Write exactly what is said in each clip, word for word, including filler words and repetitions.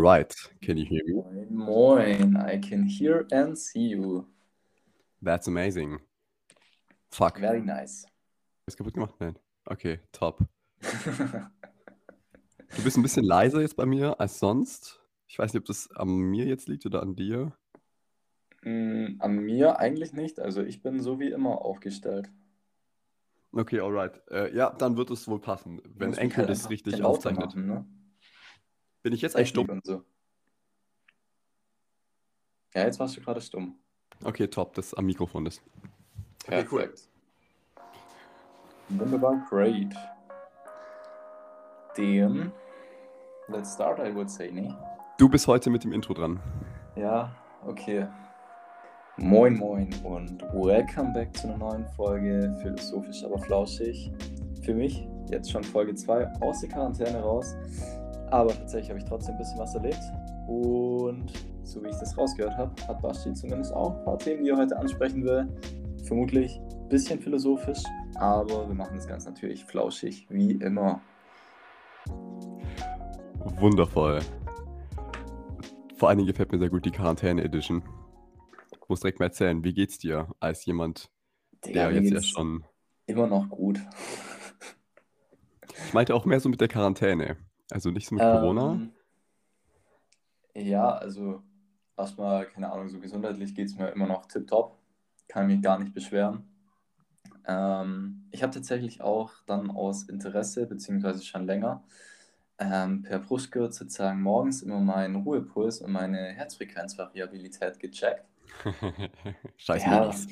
right. Can you hear me? Moin, moin. I can hear and see you. That's amazing. Fuck. Very nice. Ist kaputt gemacht? Nein. Okay, top. Du bist ein bisschen leiser jetzt bei mir als sonst. Ich weiß nicht, ob das an mir jetzt liegt oder an dir. Mm, an mir eigentlich nicht. Also ich bin so wie immer aufgestellt. Okay, alright. Äh, ja, dann wird es wohl passen, Ich wenn muss mich Enkel halt das einfach ein richtig bisschen lauter aufzeichnet. machen, ne? Bin ich jetzt eigentlich Technik stumm? und so. Ja, jetzt warst du gerade stumm. Okay, top. Das am Mikrofon ist. Okay, cool. Perfekt. Wunderbar, great. Then, let's start, I would say, ne? Du bist heute mit dem Intro dran. Ja, okay. Moin, moin und welcome back zu einer neuen Folge Philosophisch, aber flauschig. Für mich jetzt schon Folge zwei aus der Quarantäne raus. Aber tatsächlich habe ich trotzdem ein bisschen was erlebt. Und so wie ich das rausgehört habe, hat Basti zumindest auch ein paar Themen, die er heute ansprechen will. Vermutlich ein bisschen philosophisch, aber wir machen das Ganze natürlich flauschig, wie immer. Wundervoll. Vor allen Dingen gefällt mir sehr gut die Quarantäne-Edition. Ich muss direkt mal erzählen, wie geht's dir als jemand, Digga, der mir jetzt ja geht's schon... immer noch gut. Ich meinte auch mehr so mit der Quarantäne. Also nicht so mit Corona. Ähm, ja, also erstmal, keine Ahnung, so gesundheitlich geht es mir immer noch tipptopp. Kann mich gar nicht beschweren. Ähm, ich habe tatsächlich auch dann aus Interesse, beziehungsweise schon länger, ähm, per Brustgurt sozusagen morgens immer meinen Ruhepuls und meine Herzfrequenzvariabilität gecheckt. Scheiß Ja, Millis.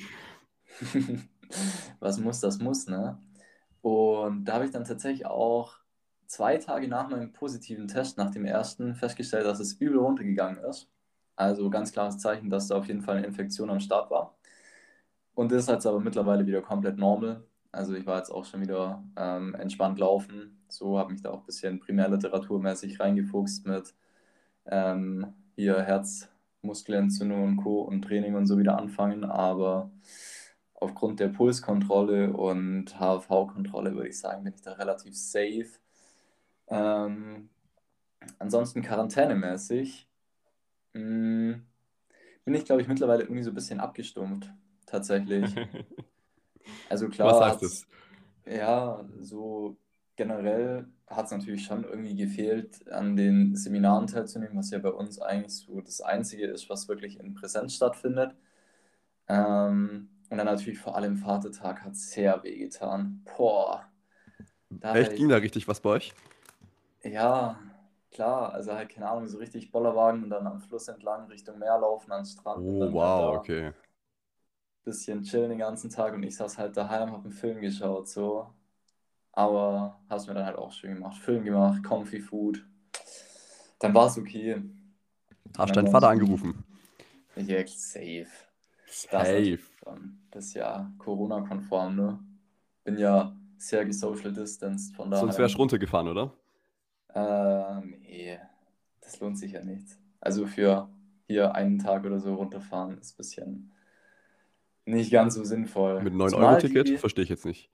was muss, das muss, ne? Und da habe ich dann tatsächlich auch zwei Tage nach meinem positiven Test, nach dem ersten, festgestellt, dass es übel runtergegangen ist. Also ganz klares Zeichen, dass da auf jeden Fall eine Infektion am Start war. Und das ist jetzt aber mittlerweile wieder komplett normal. Also ich war jetzt auch schon wieder ähm, entspannt laufen. So habe mich da auch ein bisschen primärliteraturmäßig reingefuchst mit ähm, hier Herzmuskelentzündung und Co. und Training und so wieder anfangen. Aber aufgrund der Pulskontrolle und H F V-Kontrolle würde ich sagen, bin ich da relativ safe. Ähm, ansonsten quarantänemäßig mh, bin ich, glaube ich, mittlerweile irgendwie so ein bisschen abgestumpft, tatsächlich. Also Was klar heißt hat's, das? ja, so generell hat es natürlich schon irgendwie gefehlt, an den Seminaren teilzunehmen, was ja bei uns eigentlich so das Einzige ist, was wirklich in Präsenz stattfindet. Ähm, und dann natürlich vor allem Vatertag hat sehr weh getan. Boah, da Echt? wäre Ging ich, da richtig was bei euch? ja, klar, also halt, keine Ahnung, so richtig Bollerwagen und dann am Fluss entlang Richtung Meer laufen, ans Strand und Oh, dann halt wow, da okay. ein bisschen chillen den ganzen Tag und ich saß halt daheim, hab einen Film geschaut, so. Aber hast mir dann halt auch schön gemacht. Film gemacht, Comfy Food. Dann war es okay. Und Hast deinen Vater angerufen? ansonsten, ja, safe. Das natürlich Safe. schon. Das ist ja Corona-konform, ne? Bin ja sehr gesocial distanced, von Sonst daher. wärst du runtergefahren, oder? Äh, nee, das lohnt sich ja nicht. Also für hier einen Tag oder so runterfahren ist ein bisschen nicht ganz so sinnvoll. Mit neun euro Zumal ticket die. Verstehe ich jetzt nicht.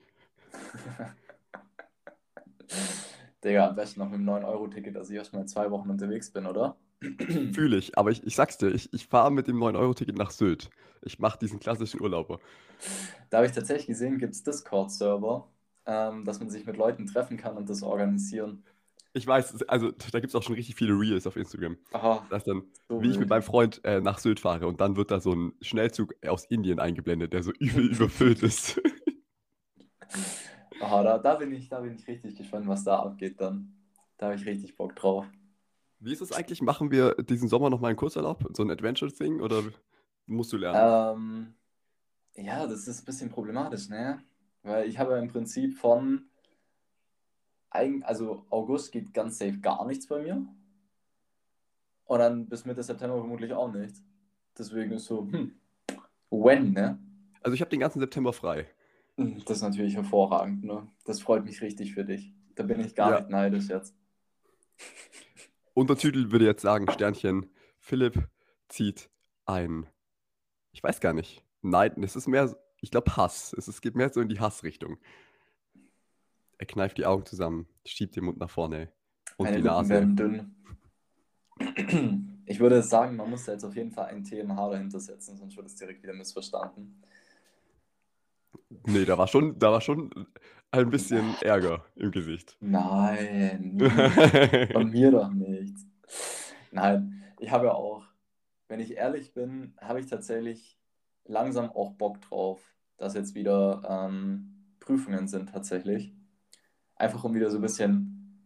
Digga, am besten noch mit dem neun Euro Ticket, dass ich erstmal zwei Wochen unterwegs bin, oder? Fühle ich. Aber ich, ich sag's dir, ich, ich fahre mit dem neun euro ticket nach Sylt. Ich mache diesen klassischen Urlauber. Da habe ich tatsächlich gesehen, gibt es Discord-Server, ähm, dass man sich mit Leuten treffen kann und das organisieren. Ich weiß, es- also da gibt es auch schon richtig viele Reels auf Instagram. Aha, Das dann, so wie ich mit wild. meinem Freund äh, nach Sylt fahre und dann wird da so ein Schnellzug aus Indien eingeblendet, der so übel überfüllt ist. Aha, da, da bin ich, da bin ich richtig gespannt, was da abgeht dann. Da habe ich richtig Bock drauf. Wie ist es eigentlich? Machen wir diesen Sommer noch mal einen Kurzurlaub? So ein Adventure-Thing oder musst du lernen? Ähm, ja, das ist ein bisschen problematisch, ne? Weil ich habe ja im Prinzip von, eigen- also August geht ganz safe gar nichts bei mir. Und dann bis Mitte September vermutlich auch nichts. Deswegen ist so, hm, when, ne? Also ich habe den ganzen September frei. Hm, das ist natürlich hervorragend, ne? Das freut mich richtig für dich. Da bin ich gar Ja, nicht neidisch jetzt. Untertitel würde jetzt sagen, Sternchen, Philipp zieht ein, ich weiß gar nicht, Nein, es ist mehr, so- ich glaube Hass. Es, es geht mehr so in die Hassrichtung. Er kneift die Augen zusammen, schiebt den Mund nach vorne und Meine die Lippen Nase. werden dünn. Ich würde sagen, man muss jetzt auf jeden Fall ein T M H dahinter setzen, sonst wird es direkt wieder missverstanden. Nee, da war schon, da war schon ein bisschen Ärger im Gesicht. Nein, nie. Von mir doch nicht. Nein, ich habe ja auch, wenn ich ehrlich bin, habe ich tatsächlich langsam auch Bock drauf, dass jetzt wieder ähm, Prüfungen sind tatsächlich. Einfach um wieder so ein bisschen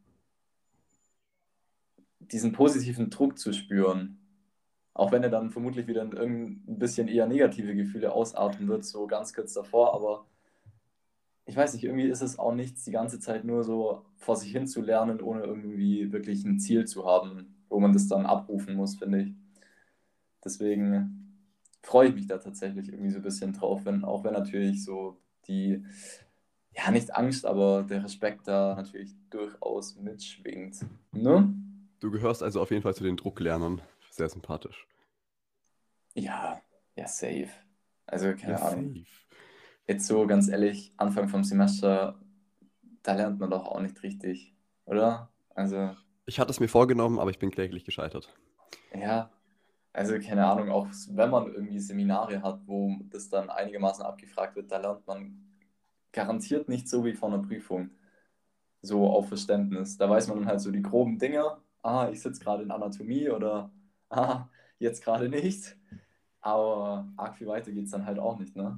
diesen positiven Druck zu spüren. Auch wenn er dann vermutlich wieder in irgendein bisschen eher negative Gefühle ausarten wird, so ganz kurz davor, aber ich weiß nicht, irgendwie ist es auch nichts, die ganze Zeit nur so vor sich hin zu lernen, ohne irgendwie wirklich ein Ziel zu haben, wo man das dann abrufen muss, finde ich. Deswegen freue ich mich da tatsächlich irgendwie so ein bisschen drauf, wenn, auch wenn natürlich so die, ja, nicht Angst, aber der Respekt da natürlich durchaus mitschwingt. Ne? Du gehörst also auf jeden Fall zu den Drucklernern. Sehr sympathisch. Ja, ja, safe. Also, Ja, keine Ahnung. safe. Jetzt so ganz ehrlich, Anfang vom Semester, da lernt man doch auch nicht richtig, oder? Also, Ich hatte es mir vorgenommen, aber ich bin kläglich gescheitert. ja, also keine Ahnung, auch wenn man irgendwie Seminare hat, wo das dann einigermaßen abgefragt wird, da lernt man garantiert nicht so wie vor einer Prüfung, so auf Verständnis. Da weiß man dann halt so die groben Dinge, ah, ich sitze gerade in Anatomie oder ah, jetzt gerade nicht. Aber arg viel weiter geht es dann halt auch nicht, ne?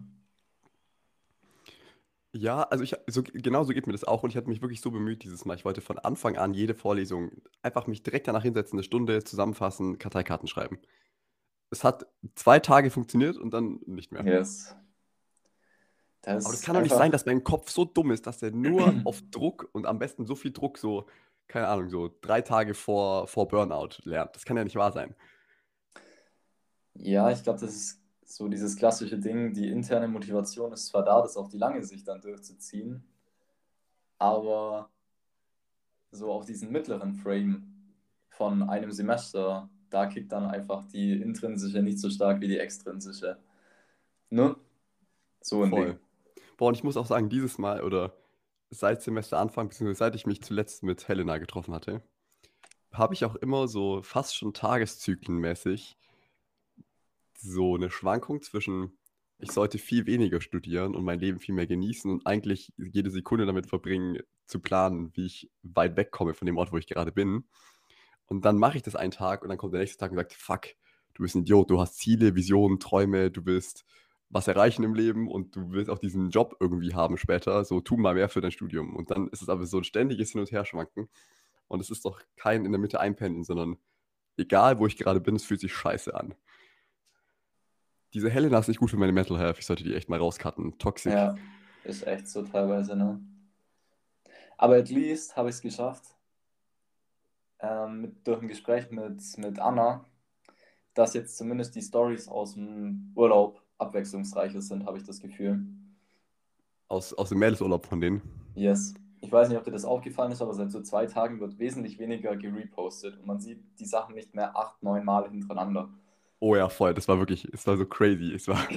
Ja, also ich, so, genau so geht mir das auch und ich hatte mich wirklich so bemüht dieses Mal. Ich wollte von Anfang an jede Vorlesung einfach mich direkt danach hinsetzen, eine Stunde zusammenfassen, Karteikarten schreiben. Es hat zwei Tage funktioniert und dann nicht mehr. Yes. Aber das Das ist kann doch nicht sein, einfach. dass mein Kopf so dumm ist, dass er nur auf Druck und am besten so viel Druck, so, keine Ahnung, so drei Tage vor, vor Burnout lernt. Das kann ja nicht wahr sein. Ja, ich glaube, das ist so dieses klassische Ding, die interne Motivation ist zwar da, das auf die lange Sicht dann durchzuziehen, aber so auf diesen mittleren Frame von einem Semester, da kickt dann einfach die intrinsische nicht so stark wie die extrinsische. Ne? So ein Voll. Ding. Boah, und ich muss auch sagen, dieses Mal oder seit Semesteranfang, beziehungsweise seit ich mich zuletzt mit Helena getroffen hatte, habe ich auch immer so fast schon tageszyklenmäßig so eine Schwankung zwischen, ich sollte viel weniger studieren und mein Leben viel mehr genießen und eigentlich jede Sekunde damit verbringen, zu planen, wie ich weit wegkomme von dem Ort, wo ich gerade bin. Und dann mache ich das einen Tag und dann kommt der nächste Tag und sagt, fuck, du bist ein Idiot, du hast Ziele, Visionen, Träume, du willst was erreichen im Leben und du willst auch diesen Job irgendwie haben später, so tu mal mehr für dein Studium. Und dann ist es aber so ein ständiges Hin- und Herschwanken und es ist doch kein in der Mitte einpendeln, sondern egal, wo ich gerade bin, es fühlt sich scheiße an. Diese Helena ist nicht gut für meine Mental Health, ich sollte die echt mal rauscutten. Toxic. Ja, ist echt so teilweise, ne? Aber at least habe ich es geschafft, ähm, mit, durch ein Gespräch mit, mit Anna, dass jetzt zumindest die Stories aus dem Urlaub abwechslungsreicher sind, habe ich das Gefühl. Aus, aus dem Mädelsurlaub von denen. Yes. Ich weiß nicht, ob dir das aufgefallen ist, aber seit so zwei Tagen wird wesentlich weniger gerepostet und man sieht die Sachen nicht mehr acht, neun Mal hintereinander. Oh ja, voll, das war wirklich, es war so crazy. Es war,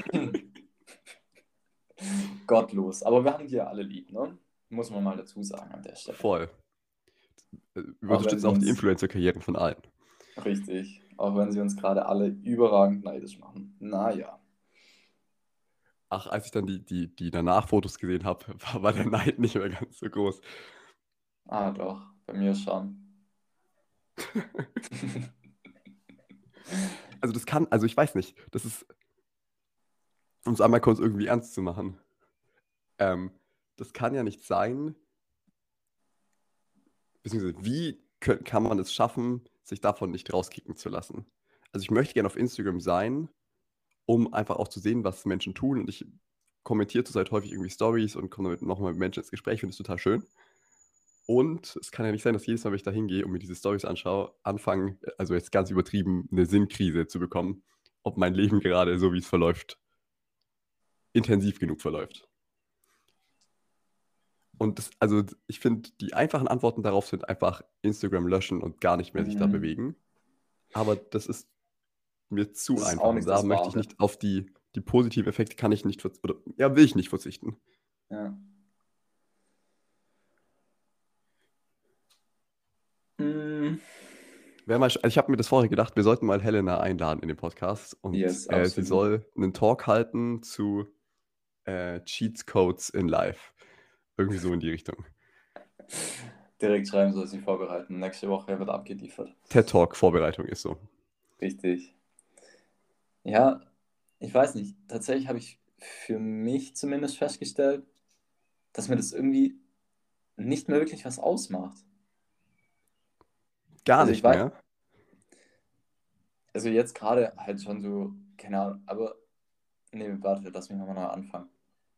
Gottlos. Aber wir haben die ja alle lieb, ne? Muss man mal dazu sagen an der Stelle. voll. Wir Auch wenn unterstützen sie auch die uns, Influencer-Karrieren von allen. richtig, auch wenn sie uns gerade alle überragend neidisch machen. Naja. Ach, als ich dann die, die, die danach Fotos gesehen habe, war, war der Neid nicht mehr ganz so groß. Ah, doch, bei mir schon. Also das kann, also ich weiß nicht, das ist, um es einmal kurz irgendwie ernst zu machen, ähm, das kann ja nicht sein, beziehungsweise wie kö- kann man es schaffen, sich davon nicht rauskicken zu lassen? Also ich möchte gerne auf Instagram sein, um einfach auch zu sehen, was Menschen tun und ich kommentiere zurzeit häufig irgendwie Stories und komme damit nochmal mit Menschen ins Gespräch, finde es total schön. Und es kann ja nicht sein, dass jedes Mal, wenn ich da hingehe und mir diese Stories anschaue, anfangen, also jetzt ganz übertrieben, eine Sinnkrise zu bekommen, ob mein Leben gerade so, wie es verläuft, intensiv genug verläuft. Und das, also ich finde, die einfachen Antworten darauf sind einfach Instagram löschen und gar nicht mehr sich da Mhm. bewegen. Aber das ist mir zu Das ist auch einfach. Und nicht da das möchte ich Wahre. nicht auf die, die positiven Effekte kann ich nicht, verz- oder ja, will ich nicht verzichten. Ja. Mm. Wäre mal, sch- also ich habe mir das vorher gedacht, wir sollten mal Helena einladen in den Podcast und Yes, äh, sie absolut. soll einen Talk halten zu äh, Cheats Codes in Life. Irgendwie so in die Richtung. Direkt schreiben soll sie vorbereiten. Nächste Woche wird abgeliefert. TED Talk Vorbereitung ist so. Richtig. Ja, ich weiß nicht. Tatsächlich habe ich für mich zumindest festgestellt, dass mir das irgendwie nicht mehr wirklich was ausmacht. Gar Also ich nicht weiß, mehr. also jetzt gerade halt schon so, keine Ahnung, aber nee, warte, lass mich nochmal neu anfangen.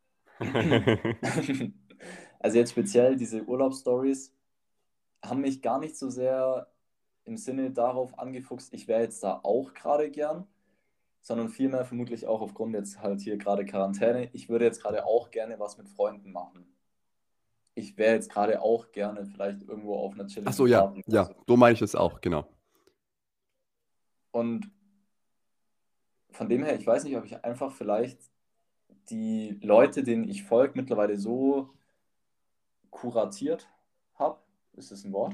Also jetzt speziell diese Urlaubsstories haben mich gar nicht so sehr im Sinne darauf angefuchst, ich wäre jetzt da auch gerade gern, sondern vielmehr vermutlich auch aufgrund jetzt halt hier gerade Quarantäne. Ich würde jetzt gerade auch gerne was mit Freunden machen. Ich wäre jetzt gerade auch gerne vielleicht irgendwo auf einer Ach so, chilligen ja, Party oder ja, so. so meine ich es auch, genau. Und von dem her, ich weiß nicht, ob ich einfach vielleicht die Leute, denen ich folge, mittlerweile so kuratiert habe. Ist das ein Wort?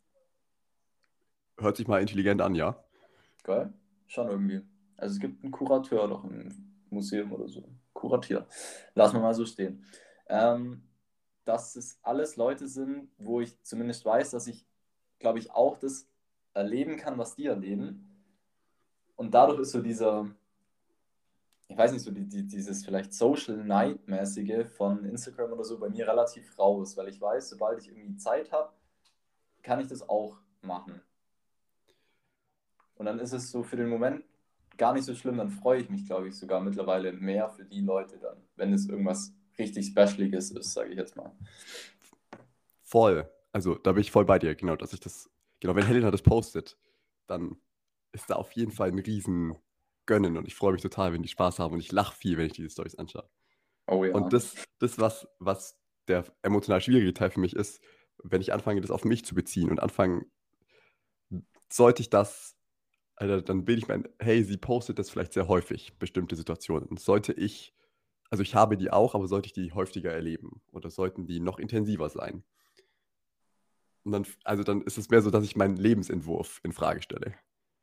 Hört sich mal intelligent an, ja. Geil. Schon irgendwie. Also es gibt einen Kurateur doch im Museum oder so. Kuratier. Lassen wir mal so stehen. Ähm, dass es alles Leute sind, wo ich zumindest weiß, dass ich, glaube ich, auch das erleben kann, was die erleben. Und dadurch ist so dieser, ich weiß nicht, so die, die, dieses vielleicht Social Night-mäßige von Instagram oder so bei mir relativ raus, weil ich weiß, sobald ich irgendwie Zeit habe, kann ich das auch machen. Und dann ist es so für den Moment gar nicht so schlimm, dann freue ich mich, glaube ich, sogar mittlerweile mehr für die Leute dann, wenn es irgendwas richtig Specialiges ist, sage ich jetzt mal. Voll. Also da bin ich voll bei dir, genau, dass ich das, genau, wenn Helena das postet, dann ist da auf jeden Fall ein riesen Gönnen und ich freue mich total, wenn die Spaß haben und ich lache viel, wenn ich diese Stories anschaue. Oh Und ja. das, das was, was der emotional schwierige Teil für mich ist, wenn ich anfange, das auf mich zu beziehen und anfange, sollte ich das, also dann bilde ich mir ein, hey, sie postet das vielleicht sehr häufig, bestimmte Situationen. Sollte ich, also ich habe die auch, aber sollte ich die häufiger erleben oder sollten die noch intensiver sein? Und dann, also dann ist es mehr so, dass ich meinen Lebensentwurf in Frage stelle.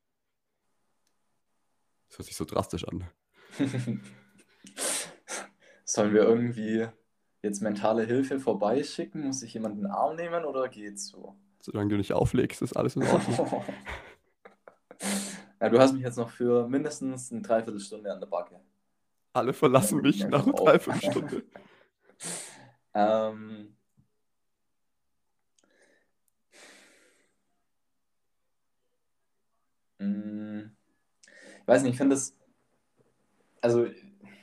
Das hört sich so drastisch an. Sollen wir irgendwie jetzt mentale Hilfe vorbeischicken? Muss ich jemanden in den Arm nehmen oder geht's so? Solange du nicht auflegst, ist alles in Ordnung. Ja, du hast mich jetzt noch für mindestens eine Dreiviertelstunde an der Backe. Alle Dann verlassen leg ich mich nach einfach einer auf. Dreiviertelstunde. ähm, mh, ich weiß nicht, ich finde das, also ich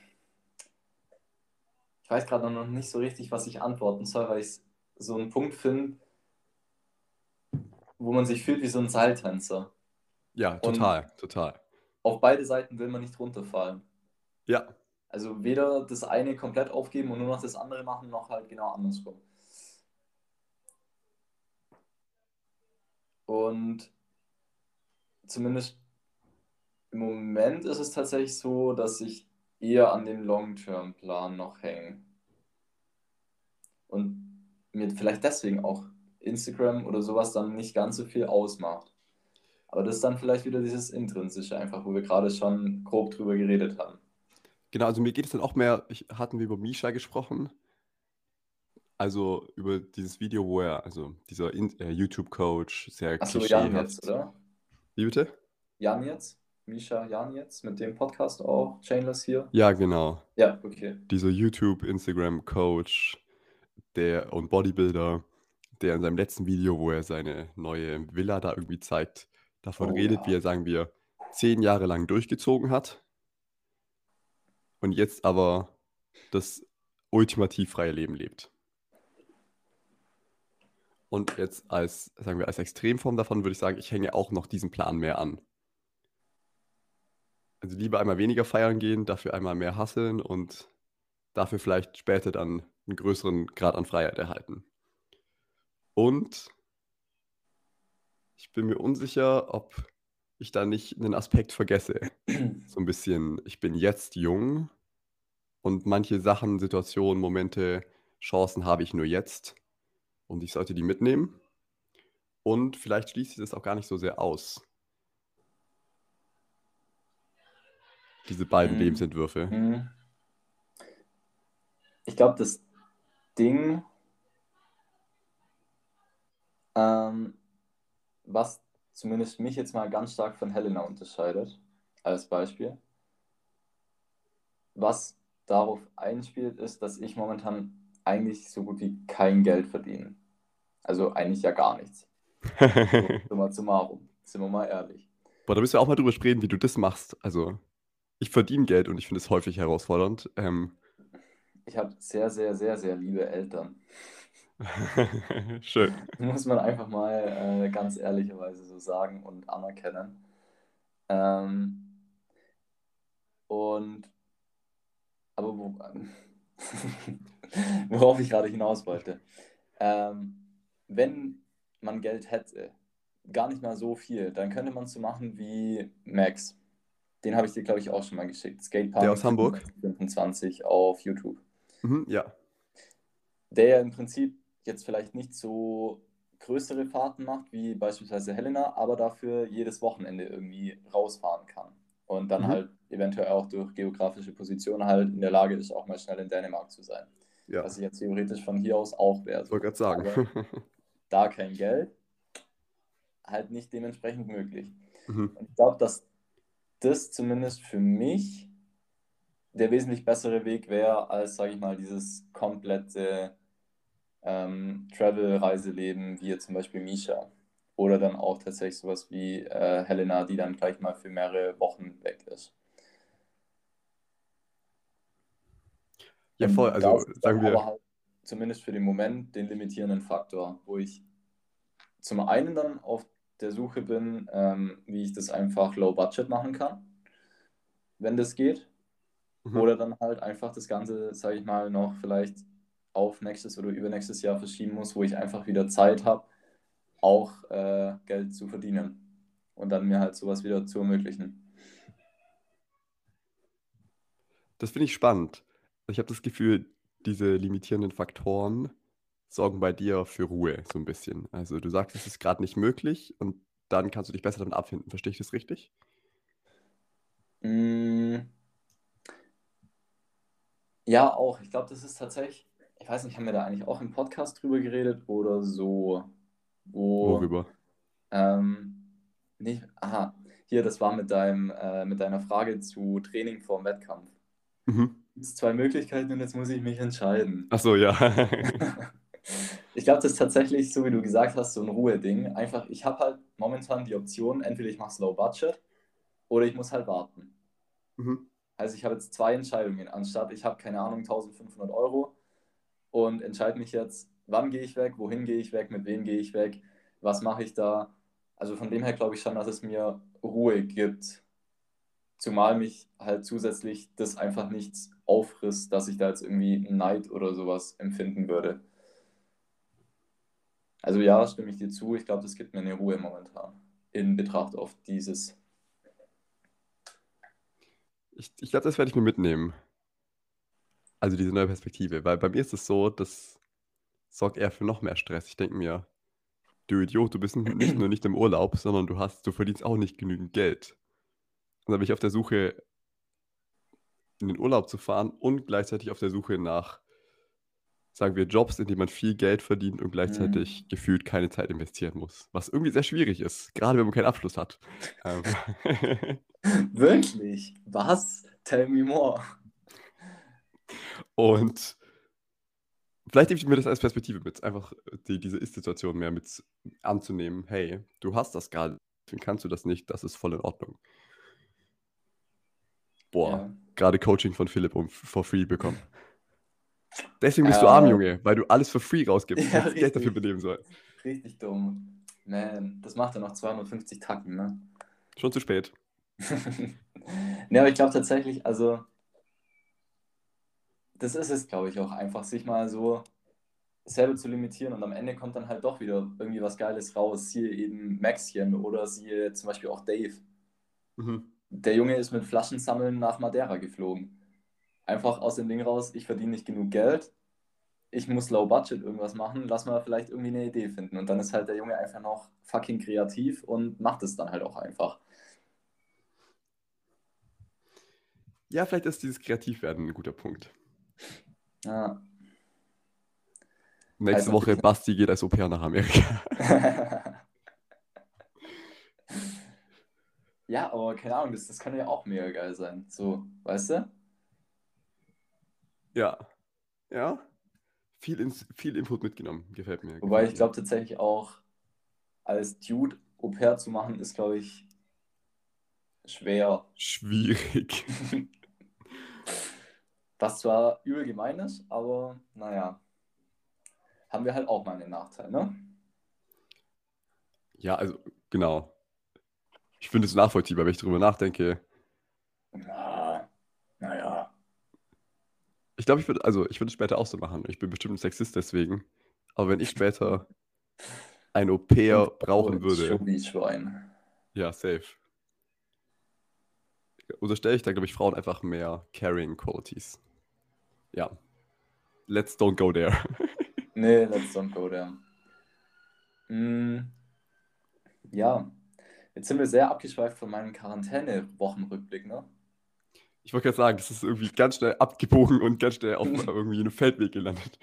weiß gerade noch nicht so richtig, was ich antworten soll, weil ich so einen Punkt finde, wo man sich fühlt wie so ein Seiltänzer. Ja, Und total, total. auf beide Seiten will man nicht runterfallen. Ja, Also weder das eine komplett aufgeben und nur noch das andere machen, noch halt genau andersrum. Und zumindest im Moment ist es tatsächlich so, dass ich eher an dem Long-Term-Plan noch hänge. Und mir vielleicht deswegen auch Instagram oder sowas dann nicht ganz so viel ausmacht. Aber das ist dann vielleicht wieder dieses Intrinsische einfach, wo wir gerade schon grob drüber geredet haben. genau, also mir geht es dann auch mehr, ich, hatten wir über Misha gesprochen, also über dieses Video, wo er, also dieser In- äh, YouTube-Coach, sehr Achso, Jan jetzt, klischeehaft. oder? Wie bitte? Jan jetzt? Misha Jan jetzt mit dem Podcast auch, Chainless hier? Ja, genau. Ja, okay. Dieser YouTube, Instagram-Coach, der und Bodybuilder, der in seinem letzten Video, wo er seine neue Villa da irgendwie zeigt, davon Oh redet, wie ja. er, sagen wir, zehn Jahre lang durchgezogen hat und jetzt aber das ultimativ freie Leben lebt. Und jetzt als, sagen wir, als Extremform davon würde ich sagen, ich hänge auch noch diesen Plan mehr an. Also lieber einmal weniger feiern gehen, dafür einmal mehr hustlen und dafür vielleicht später dann einen größeren Grad an Freiheit erhalten. Und ich bin mir unsicher, ob ich da nicht einen Aspekt vergesse. So ein bisschen, ich bin jetzt jung und manche Sachen, Situationen, Momente, Chancen habe ich nur jetzt und ich sollte die mitnehmen. Und vielleicht schließt sich das auch gar nicht so sehr aus, diese beiden Mhm. Lebensentwürfe. Mhm. Ich glaube, das Ding, ähm, was zumindest mich jetzt mal ganz stark von Helena unterscheidet, als Beispiel, was darauf einspielt, ist, dass ich momentan eigentlich so gut wie kein Geld verdiene. Also eigentlich ja gar nichts. So, summa summarum, sind wir mal ehrlich. Boah, da müssen wir auch mal drüber reden, wie du das machst. Also, ich verdiene Geld und ich finde es häufig herausfordernd. Ähm, Ich habe sehr, sehr, sehr, sehr liebe Eltern. schön. Muss man einfach mal äh, ganz ehrlicherweise so sagen und anerkennen. Ähm, und aber wo, worauf ich gerade hinaus wollte. Ähm, wenn man Geld hätte, gar nicht mal so viel, dann könnte man es so machen wie Max. Den habe ich dir, glaube ich, auch schon mal geschickt. Der aus Skatepunk Hamburg? fünfundzwanzig auf YouTube. Mhm, ja. Der ja im Prinzip jetzt vielleicht nicht so größere Fahrten macht, wie beispielsweise Helena, aber dafür jedes Wochenende irgendwie rausfahren kann. Und dann Mhm, halt eventuell auch durch geografische Position halt in der Lage ist, auch mal schnell in Dänemark zu sein. ja. Was ich jetzt theoretisch von hier aus auch wäre Wollte so. gerade sagen. Aber da kein Geld, halt nicht dementsprechend möglich. Mhm. Und ich glaube, dass das zumindest für mich der wesentlich bessere Weg wäre, als, sage ich mal, dieses komplette ähm, Travel-Reiseleben, wie jetzt zum Beispiel Misha. Oder dann auch tatsächlich sowas wie äh, Helena, die dann gleich mal für mehrere Wochen weg ist. Ja, voll. Und da Also, ist es dann sagen wir. aber halt zumindest für den Moment den limitierenden Faktor, wo ich zum einen dann auf der Suche bin, ähm, wie ich das einfach low budget machen kann, wenn das geht. Mhm. Oder dann halt einfach das Ganze, sage ich mal, noch vielleicht auf nächstes oder übernächstes Jahr verschieben muss, wo ich einfach wieder Zeit habe, auch äh, Geld zu verdienen und dann mir halt sowas wieder zu ermöglichen. Das finde ich spannend. Ich habe das Gefühl, diese limitierenden Faktoren sorgen bei dir für Ruhe, so ein bisschen. Also, du sagst, es ist gerade nicht möglich und dann kannst du dich besser damit abfinden. Verstehe ich das richtig? Mm, ja, auch. Ich glaube, das ist tatsächlich, ich weiß nicht, haben wir da eigentlich auch im Podcast drüber geredet oder so, wo, Worüber? ähm, nicht, aha, hier, das war mit deinem, äh, mit deiner Frage zu Training vor dem Wettkampf. Mhm. Es gibt zwei Möglichkeiten und jetzt muss ich mich entscheiden. Ach so, ja. Ich glaube, das ist tatsächlich, so wie du gesagt hast, so ein Ruhe-Ding. Einfach, ich habe halt momentan die Option, entweder ich mache es low budget oder ich muss halt warten. Mhm. Also ich habe jetzt zwei Entscheidungen, anstatt ich habe keine Ahnung, eintausendfünfhundert Euro und entscheide mich jetzt, wann gehe ich weg, wohin gehe ich weg, mit wem gehe ich weg, was mache ich da. Also von dem her glaube ich schon, dass es mir Ruhe gibt. Zumal mich halt zusätzlich das einfach nichts auffrisst, dass ich da jetzt irgendwie Neid oder sowas empfinden würde. Also ja, stimme ich dir zu. Ich glaube, das gibt mir eine Ruhe momentan in Betracht auf dieses. Ich, ich glaube, das werde ich mir mitnehmen. Also diese neue Perspektive. Weil bei mir ist es so, das sorgt eher für noch mehr Stress. Ich denke mir, du Idiot, du bist n- nicht nur nicht im Urlaub, sondern du hast, du verdienst auch nicht genügend Geld. Und dann bin ich auf der Suche, in den Urlaub zu fahren und gleichzeitig auf der Suche nach, sagen wir, Jobs, in denen man viel Geld verdient und Hm. gleichzeitig gefühlt keine Zeit investieren muss. Was irgendwie sehr schwierig ist, gerade wenn man keinen Abschluss hat. Ähm, Wirklich? Was? Tell me more. und vielleicht nehme ich mir das als Perspektive mit, einfach die, diese Ist-Situation mehr mit anzunehmen. Hey, du hast das gerade, deswegen kannst du das nicht, das ist voll in Ordnung. Boah, Ja. gerade Coaching von Philipp um for free bekommen. Deswegen bist du arm, Äh, Junge, weil du alles for free rausgibst. ja, Hättest Geld dafür richtig. benehmen sollen. Richtig dumm. Man, das macht ja noch zweihundertfünfzig Tacken, ne? Schon zu spät. Ne, aber ich glaube tatsächlich, also, das ist es, glaube ich, auch einfach, sich mal so selber zu limitieren und am Ende kommt dann halt doch wieder irgendwie was Geiles raus. Siehe eben Maxchen oder siehe zum Beispiel auch Dave. Mhm. Der Junge ist mit Flaschensammeln nach Madeira geflogen. Einfach aus dem Ding raus, ich verdiene nicht genug Geld, ich muss low budget irgendwas machen, lass mal vielleicht irgendwie eine Idee finden. Und dann ist halt der Junge einfach noch fucking kreativ und macht es dann halt auch einfach. Ja, vielleicht ist dieses Kreativwerden ein guter Punkt. Ja. Heißt Nächste Woche natürlich. Basti geht als Au-pair nach Amerika. Ja, aber keine Ahnung, das, das kann ja auch mega geil sein. So, weißt du? Ja, ja. Viel, ins, viel Input mitgenommen. Gefällt mir. Wobei Gefällt ich mir. glaube tatsächlich auch, als Dude Au-pair zu machen, ist, glaube ich, schwer. Schwierig. Was zwar übel gemein ist, aber naja, haben wir halt auch mal einen Nachteil, ne? Ja, also, genau. Ich finde es nachvollziehbar, wenn ich darüber nachdenke. Na, naja. Ich glaube, ich würde, also ich würde es später auch so machen. Ich bin bestimmt ein Sexist deswegen. Aber wenn ich später ein Au-pair Oh, brauchen würde, Schwein. ja, safe. Unterstelle ich da, glaube ich, Frauen einfach mehr Carrying Qualities. Ja. Let's don't go there. Nee, let's don't go there. Mm, ja, jetzt sind wir sehr abgeschweift von meinem Quarantäne-Wochenrückblick, ne? Ich wollte gerade sagen, das ist irgendwie ganz schnell abgebogen und ganz schnell auf irgendwie einem Feldweg gelandet.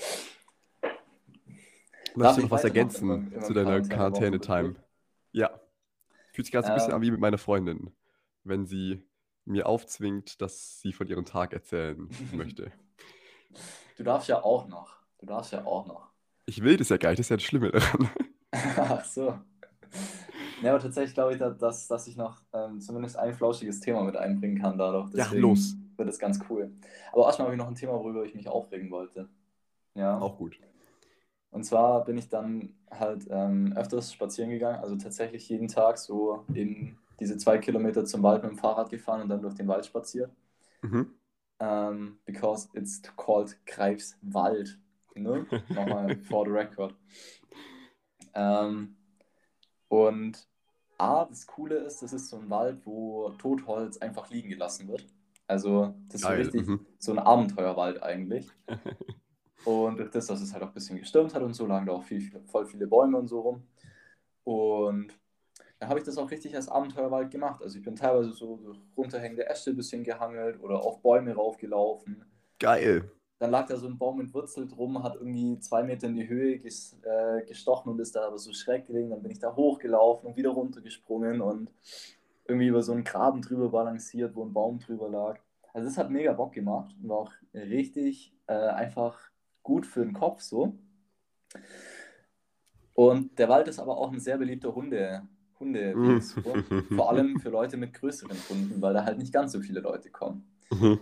Darf Möchtest du ich noch was weitermachen in ergänzen meinem, in zu meinem deiner Quarantäne-Wochenrückblick? Quarantäne-Time? Ja. Fühlt sich gerade so ein bisschen an Ähm, wie mit meiner Freundin, wenn sie mir aufzwingt, dass sie von ihrem Tag erzählen möchte. Du darfst ja auch noch. Du darfst ja auch noch. Ich will das ja gar nicht, das ist ja das Schlimme daran. Ach so. Ja, aber tatsächlich glaube ich, dass, dass ich noch ähm, zumindest ein flauschiges Thema mit einbringen kann dadurch. Ja, los. Deswegen wird es ganz cool. Aber erstmal habe ich noch ein Thema, worüber ich mich aufregen wollte. Ja. Auch gut. Und zwar bin ich dann halt ähm, öfters spazieren gegangen, also tatsächlich jeden Tag so in diese zwei Kilometer zum Wald mit dem Fahrrad gefahren und dann durch den Wald spaziert. Mhm. Ähm, because it's called Greifswald. Ne? Nochmal for the record. Ähm, und A, das Coole ist, das ist so ein Wald, wo Totholz einfach liegen gelassen wird. Also das ist so Geil. richtig Mhm. so ein Abenteuerwald eigentlich. Und durch das, dass es halt auch ein bisschen gestürmt hat und so, lagen da auch viel, viel, voll viele Bäume und so rum. Und dann habe ich das auch richtig als Abenteuerwald gemacht. Also ich bin teilweise so durch runterhängende Äste ein bisschen gehangelt oder auf Bäume raufgelaufen. Geil. Dann lag da so ein Baum entwurzelt rum, hat irgendwie zwei Meter in die Höhe ges, äh, gestochen und ist da aber so schräg gelegen. Dann bin ich da hochgelaufen und wieder runtergesprungen und irgendwie über so einen Graben drüber balanciert, wo ein Baum drüber lag. Also das hat mega Bock gemacht und war auch richtig äh, einfach gut für den Kopf so. Und der Wald ist aber auch ein sehr beliebter Hunde, Hundeweg so. Vor allem für Leute mit größeren Hunden, weil da halt nicht ganz so viele Leute kommen. Mhm.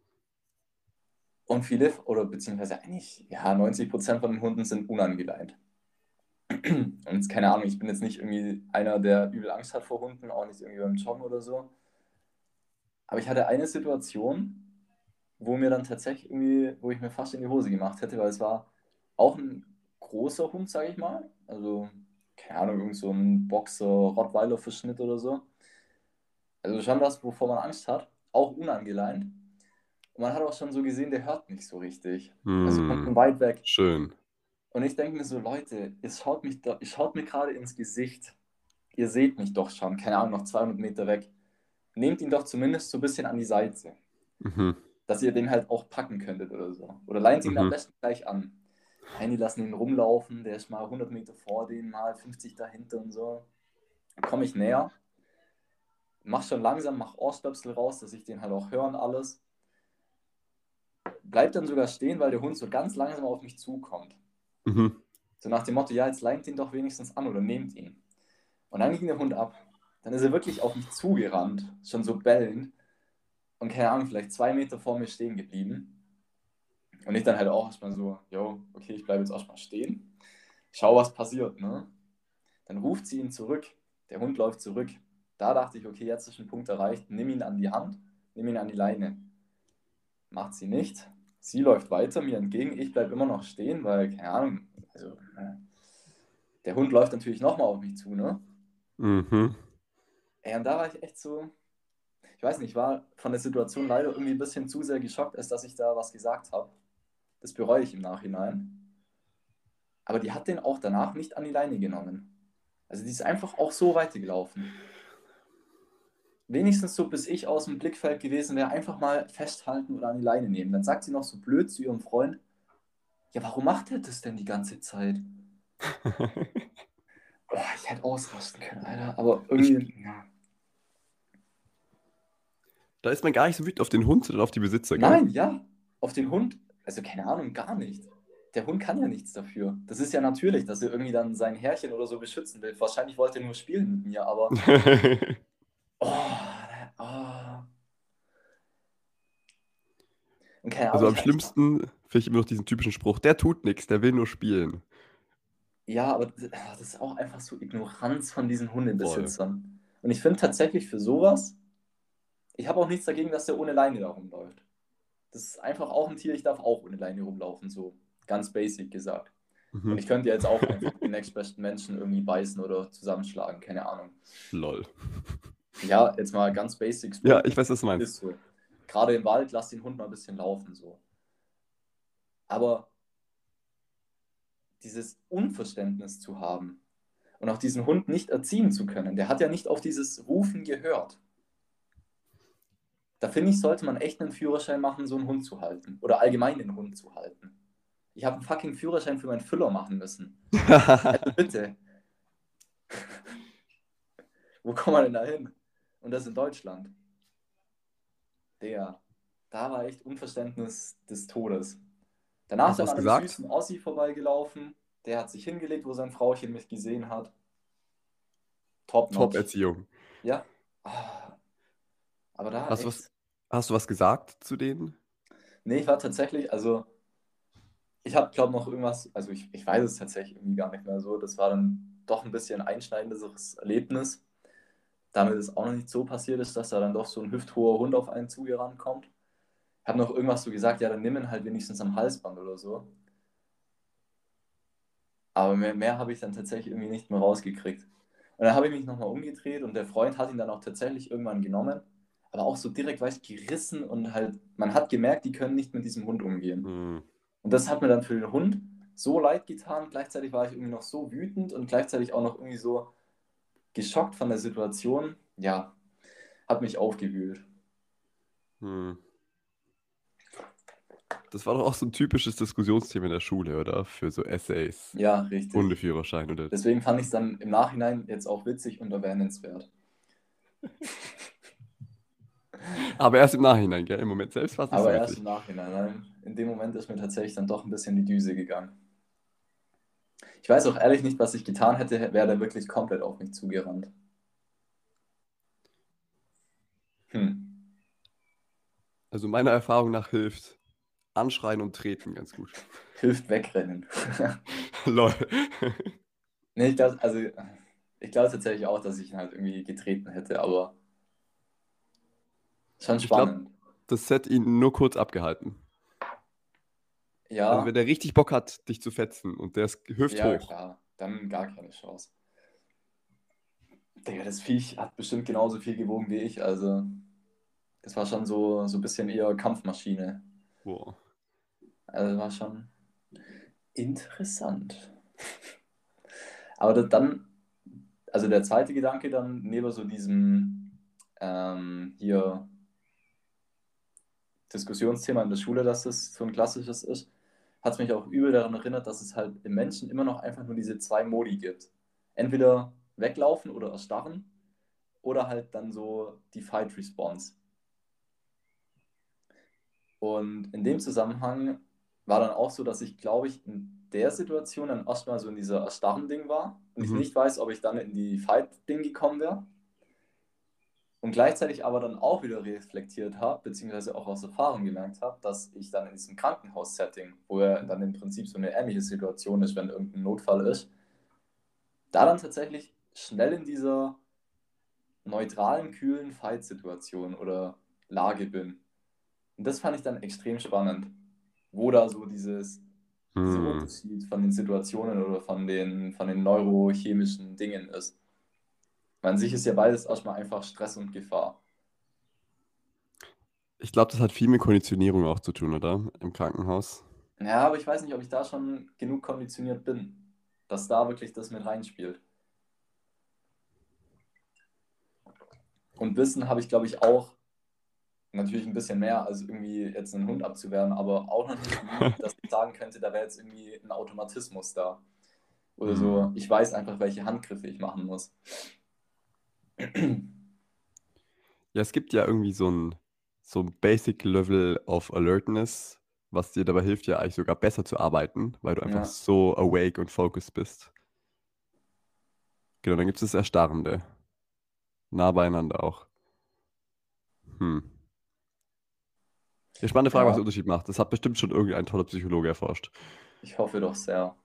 Und viele, oder beziehungsweise eigentlich, ja, neunzig Prozent von den Hunden sind unangeleint. Und jetzt, keine Ahnung, ich bin jetzt nicht irgendwie einer, der übel Angst hat vor Hunden, auch nicht irgendwie beim Joggen oder so. Aber ich hatte eine Situation, wo mir dann tatsächlich irgendwie, wo ich mir fast in die Hose gemacht hätte, weil es war auch ein großer Hund, sage ich mal. Also, keine Ahnung, irgend so ein Boxer-Rottweiler-Verschnitt oder so. Also schon was, wovor man Angst hat, auch unangeleint. Und man hat auch schon so gesehen, der hört nicht so richtig. Also kommt Hm. von weit weg. Schön. Und ich denke mir so, Leute, ihr schaut, mich da, ihr schaut mir gerade ins Gesicht. Ihr seht mich doch schon, keine Ahnung, noch zweihundert Meter weg. Nehmt ihn doch zumindest so ein bisschen an die Seite, Mhm. dass ihr den halt auch packen könnte oder so. Oder leint ihn am Mhm. besten gleich an. Nein, die lassen ihn rumlaufen, der ist mal hundert Meter vor denen, mal fünfzig dahinter und so. Komme ich näher, mach schon langsam, mach Ohrstöpsel raus, dass ich den halt auch hören alles. Bleib dann sogar stehen, weil der Hund so ganz langsam auf mich zukommt. Mhm. So nach dem Motto, ja, jetzt leint ihn doch wenigstens an oder nehmt ihn. Und dann ging der Hund ab. Dann ist er wirklich auf mich zugerannt, schon so bellend. Und keine Ahnung, vielleicht zwei Meter vor mir stehen geblieben. Und ich dann halt auch erstmal so, jo, okay, ich bleibe jetzt erstmal stehen. Schau, was passiert, ne? Dann ruft sie ihn zurück. Der Hund läuft zurück. Da dachte ich, okay, jetzt ist ein Punkt erreicht. Nimm ihn an die Hand, nimm ihn an die Leine. Macht sie nicht. Sie läuft weiter mir entgegen. Ich bleibe immer noch stehen, weil, keine Ahnung, also, äh, der Hund läuft natürlich nochmal auf mich zu, ne? Mhm. Ey, und da war ich echt so, ich weiß nicht, ich war von der Situation leider irgendwie ein bisschen zu sehr geschockt, als dass ich da was gesagt habe. Das bereue ich im Nachhinein. Aber die hat den auch danach nicht an die Leine genommen. Also die ist einfach auch so weitergelaufen. Wenigstens so, bis ich aus dem Blickfeld gewesen wäre, einfach mal festhalten oder an die Leine nehmen. Dann sagt sie noch so blöd zu ihrem Freund, ja, warum macht er das denn die ganze Zeit? Oh, ich hätte ausrasten können, Alter. Aber irgendwie, ja. Da ist man gar nicht so wütend auf den Hund, sondern auf die Besitzer, gell? Nein, ja. Auf den Hund, also keine Ahnung, gar nicht. Der Hund kann ja nichts dafür. Das ist ja natürlich, dass er irgendwie dann sein Herrchen oder so beschützen will. Wahrscheinlich wollte er nur spielen mit mir, aber. Oh, oh. Und keine Also Ahnung, am ich, ich, schlimmsten finde ich immer noch diesen typischen Spruch, der tut nichts, der will nur spielen. ja, aber das das ist auch einfach so Ignoranz von diesen Voll. Hundebesitzern. Und ich finde tatsächlich für sowas, ich habe auch nichts dagegen, dass der ohne Leine da rumläuft. Das ist einfach auch ein Tier, ich darf auch ohne Leine rumlaufen, so ganz basic gesagt. Und Mhm. ich könnte jetzt auch einfach den nächstbesten Menschen irgendwie beißen oder zusammenschlagen, keine Ahnung. Lol. Ja, jetzt mal ganz basic. Ja, ich weiß, was du meinst. Ist so. Gerade im Wald, lass den Hund mal ein bisschen laufen, so. Aber dieses Unverständnis zu haben und auch diesen Hund nicht erziehen zu können, der hat ja nicht auf dieses Rufen gehört. Da finde ich, sollte man echt einen Führerschein machen, so einen Hund zu halten. Oder allgemein den Hund zu halten. Ich habe einen fucking Führerschein für meinen Füller machen müssen. Also bitte. Wo kommen wir denn da hin? Und das in Deutschland. Der, da war echt Unverständnis des Todes. Danach Hast du dann was an einem gesagt? süßen Ossi vorbeigelaufen. Der hat sich hingelegt, wo sein Frauchen mich gesehen hat. Top notch. Top-Erziehung. Ja. Ah. Aber da Hast du echt. was, hast du was gesagt zu denen? Nee, ich war tatsächlich, also ich habe, glaube noch irgendwas, also ich, ich weiß es tatsächlich irgendwie gar nicht mehr so. Das war dann doch ein bisschen ein einschneidendes Erlebnis. Damit es auch noch nicht so passiert ist, dass da dann doch so ein hüfthoher Hund auf einen zugerannt kommt. Ich habe noch irgendwas so gesagt, ja, dann nimm ihn halt wenigstens am Halsband oder so. Aber mehr, mehr habe ich dann tatsächlich irgendwie nicht mehr rausgekriegt. Und dann habe ich mich nochmal umgedreht und der Freund hat ihn dann auch tatsächlich irgendwann genommen. Aber auch so direkt, weißt du, gerissen und halt, man hat gemerkt, die können nicht mit diesem Hund umgehen. Hm. Und das hat mir dann für den Hund so leid getan. Gleichzeitig war ich irgendwie noch so wütend und gleichzeitig auch noch irgendwie so geschockt von der Situation. Ja, hat mich aufgewühlt. Hm. Das war doch auch so ein typisches Diskussionsthema in der Schule, oder? Für so Essays. Ja, richtig. Hundeführerschein oder. Deswegen fand ich es dann im Nachhinein jetzt auch witzig und erwähnenswert. Aber erst im Nachhinein, gell? Im Moment selbst war es nicht Aber so erst witzig. im Nachhinein. Nein. In dem Moment ist mir tatsächlich dann doch ein bisschen die Düse gegangen. Ich weiß auch ehrlich nicht, was ich getan hätte, wäre der wirklich komplett auf mich zugerannt. Hm. Also meiner Erfahrung nach hilft Anschreien und Treten ganz gut. Hilft wegrennen. Lol. Nee, ich glaube, also, ich glaube tatsächlich auch, dass ich ihn halt irgendwie getreten hätte, aber schon Ich glaube, spannend. das hätte ihn nur kurz abgehalten. Ja, Also wenn der richtig Bock hat, dich zu fetzen und der ist hüft ja, hoch. klar. Dann gar keine Chance. Digga, das Viech hat bestimmt genauso viel gewogen wie ich, also das war schon so, so ein bisschen eher Kampfmaschine. Boah. Also war schon interessant. Aber das dann, also der zweite Gedanke dann, neben so diesem ähm, hier Diskussionsthema in der Schule, dass das so ein klassisches ist, hat es mich auch übel daran erinnert, dass es halt im Menschen immer noch einfach nur diese zwei Modi gibt. Entweder weglaufen oder erstarren oder halt dann so die Fight Response. Und in dem Zusammenhang war dann auch so, dass ich, glaube ich, in der Situation dann erstmal so in dieser Erstarren-Ding war und ich Mhm. nicht weiß, ob ich dann in die Fight-Ding gekommen wäre. Und gleichzeitig aber dann auch wieder reflektiert habe, beziehungsweise auch aus Erfahrung gemerkt habe, dass ich dann in diesem Krankenhaus-Setting, wo ja dann im Prinzip so eine ähnliche Situation ist, wenn irgendein Notfall ist, da dann tatsächlich schnell in dieser neutralen, kühlen Fight-Situation oder Lage bin. Und das fand ich dann extrem spannend, wo da so dieses, dieser Hm. Unterschied von den Situationen oder von den, von den neurochemischen Dingen ist. An sich ist ja beides erstmal einfach Stress und Gefahr. Ich glaube, das hat viel mit Konditionierung auch zu tun, oder? Im Krankenhaus. Ja, aber ich weiß nicht, ob ich da schon genug konditioniert bin, dass da wirklich das mit reinspielt. Und Wissen habe ich, glaube ich, auch natürlich ein bisschen mehr, als irgendwie jetzt einen Hund abzuwehren, aber auch noch nicht genug, dass ich sagen könnte, da wäre jetzt irgendwie ein Automatismus da. Oder Hm. so, ich weiß einfach, welche Handgriffe ich machen muss. Ja, es gibt ja irgendwie so ein, so ein Basic Level of Alertness, was dir dabei hilft, ja eigentlich sogar besser zu arbeiten, weil du einfach Ja, so awake und focused bist. Genau, dann gibt es das Erstarrende. Nah beieinander auch. Hm. Ja, spannende Frage, was ja, der Unterschied macht. Das hat bestimmt schon irgendein toller Psychologe erforscht. ich hoffe doch sehr.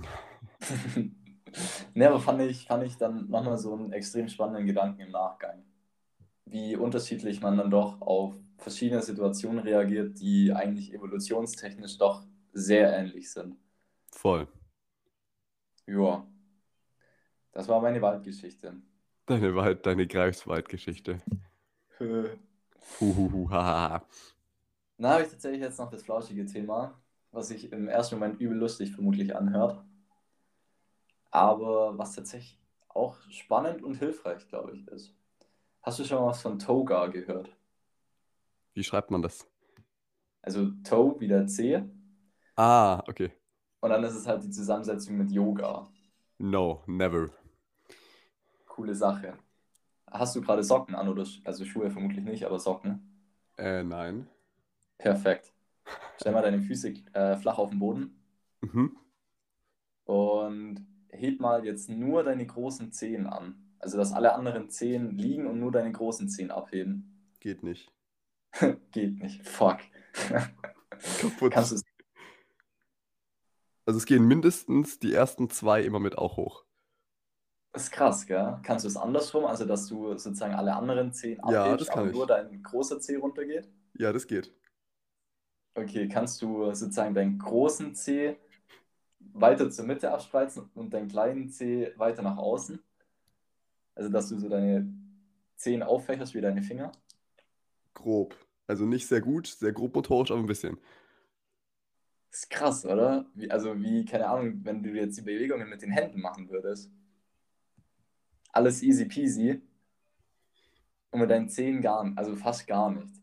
Ne, aber fand ich, fand ich dann nochmal so einen extrem spannenden Gedanken im Nachgang. Wie unterschiedlich man dann doch auf verschiedene Situationen reagiert, die eigentlich evolutionstechnisch doch sehr ähnlich sind. Voll. Ja, das war meine Waldgeschichte. Deine Wald, deine Greifswald-Geschichte. Huhuhu, hahaha. Dann habe ich tatsächlich jetzt noch das flauschige Thema, was sich im ersten Moment übel lustig vermutlich anhört, aber was tatsächlich auch spannend und hilfreich, glaube ich, ist. Hast du schon mal was von Toga gehört? Wie schreibt man das? Also Toe wie der C Ah, okay. und dann ist es halt die Zusammensetzung mit Yoga. No, never. Coole Sache. Hast du gerade Socken an oder also Schuhe vermutlich nicht, aber Socken? Äh, nein. Perfekt. Stell mal deine Füße äh, flach auf den Boden Mhm. und heb mal jetzt nur deine großen Zehen an. Also dass alle anderen Zehen liegen und nur deine großen Zehen abheben. Geht nicht. Geht nicht. Fuck. Kannst Kaputt. du es? Also es gehen mindestens die ersten zwei immer mit auch hoch. Ist krass, gell? Kannst du es andersrum, also dass du sozusagen alle anderen Zehen Ja, abhebst, das aber kann nur ich. dein großer Zeh runtergeht? Ja, das geht. Okay, kannst du sozusagen deinen großen Zeh weiter zur Mitte abspreizen und deinen kleinen Zeh weiter nach außen? Also dass du so deine Zehen auffächerst wie deine Finger? Grob. Also nicht sehr gut, sehr grob motorisch, aber ein bisschen. Das ist krass, oder? Wie, also wie, keine Ahnung, wenn du jetzt die Bewegungen mit den Händen machen würdest. Alles easy peasy und mit deinen Zehen gar nicht, also fast gar nicht.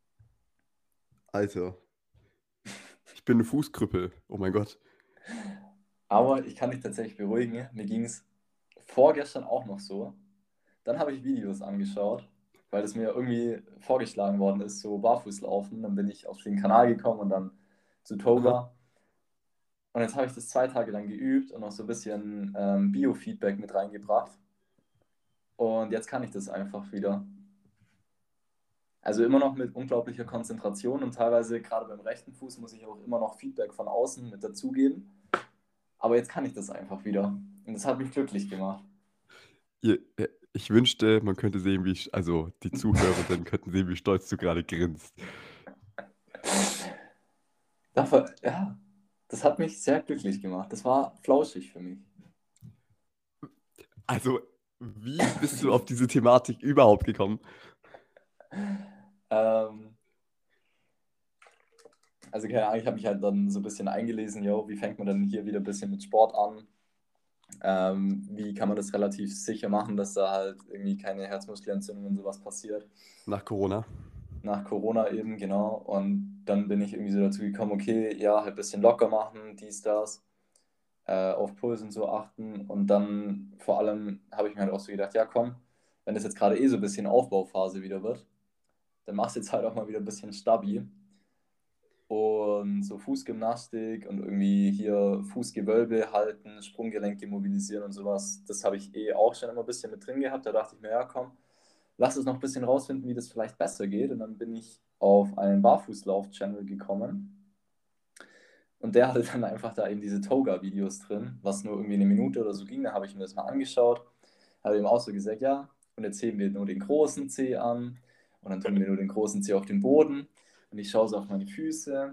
Alter, ich bin ein Fußkrüppel. Oh mein Gott. Aber ich kann dich tatsächlich beruhigen, mir ging es vorgestern auch noch so. Dann habe ich Videos angeschaut, weil es mir irgendwie vorgeschlagen worden ist, so Barfußlaufen. Dann bin ich auf den Kanal gekommen und dann zu Aha. Toga. Und jetzt habe ich das zwei Tage lang geübt und noch so ein bisschen ähm, Biofeedback mit reingebracht. Und jetzt kann ich das einfach wieder. Also immer noch mit unglaublicher Konzentration und teilweise gerade beim rechten Fuß muss ich auch immer noch Feedback von außen mit dazugeben. Aber jetzt kann ich das einfach wieder. Und das hat mich glücklich gemacht. Ihr, äh, ich wünschte, man könnte sehen, wie ich, also die Zuhörenden könnten sehen, wie stolz du gerade grinst. Dafür, ja, das hat mich sehr glücklich gemacht. Das war flauschig für mich. Also, wie bist du auf diese Thematik überhaupt gekommen? ähm, also keine Ahnung, ich habe mich halt dann so ein bisschen eingelesen, yo, wie fängt man denn hier wieder ein bisschen mit Sport an? Ähm, wie kann man das relativ sicher machen, dass da halt irgendwie keine Herzmuskelentzündung und sowas passiert? Nach Corona? Nach Corona eben, genau. Und dann bin ich irgendwie so dazu gekommen, okay, ja, halt ein bisschen locker machen, dies, das, äh, auf Puls und so achten. Und dann vor allem habe ich mir halt auch so gedacht, ja, komm, wenn das jetzt gerade eh so ein bisschen Aufbauphase wieder wird, dann machst du jetzt halt auch mal wieder ein bisschen Stabi. Und so Fußgymnastik und irgendwie hier Fußgewölbe halten, Sprunggelenke mobilisieren und sowas, das habe ich eh auch schon immer ein bisschen mit drin gehabt. Da dachte ich mir, ja, komm, lass es noch ein bisschen rausfinden, wie das vielleicht besser geht. Und dann bin ich auf einen Barfußlauf-Channel gekommen. Und der hatte dann einfach da eben diese Toga-Videos drin, was nur irgendwie eine Minute oder so ging. Da habe ich mir das mal angeschaut. Habe ihm auch so gesagt, ja, und jetzt heben wir nur den großen Zeh an. Und dann tun wir nur den großen Zeh auf den Boden. Und ich schaue so auf meine Füße.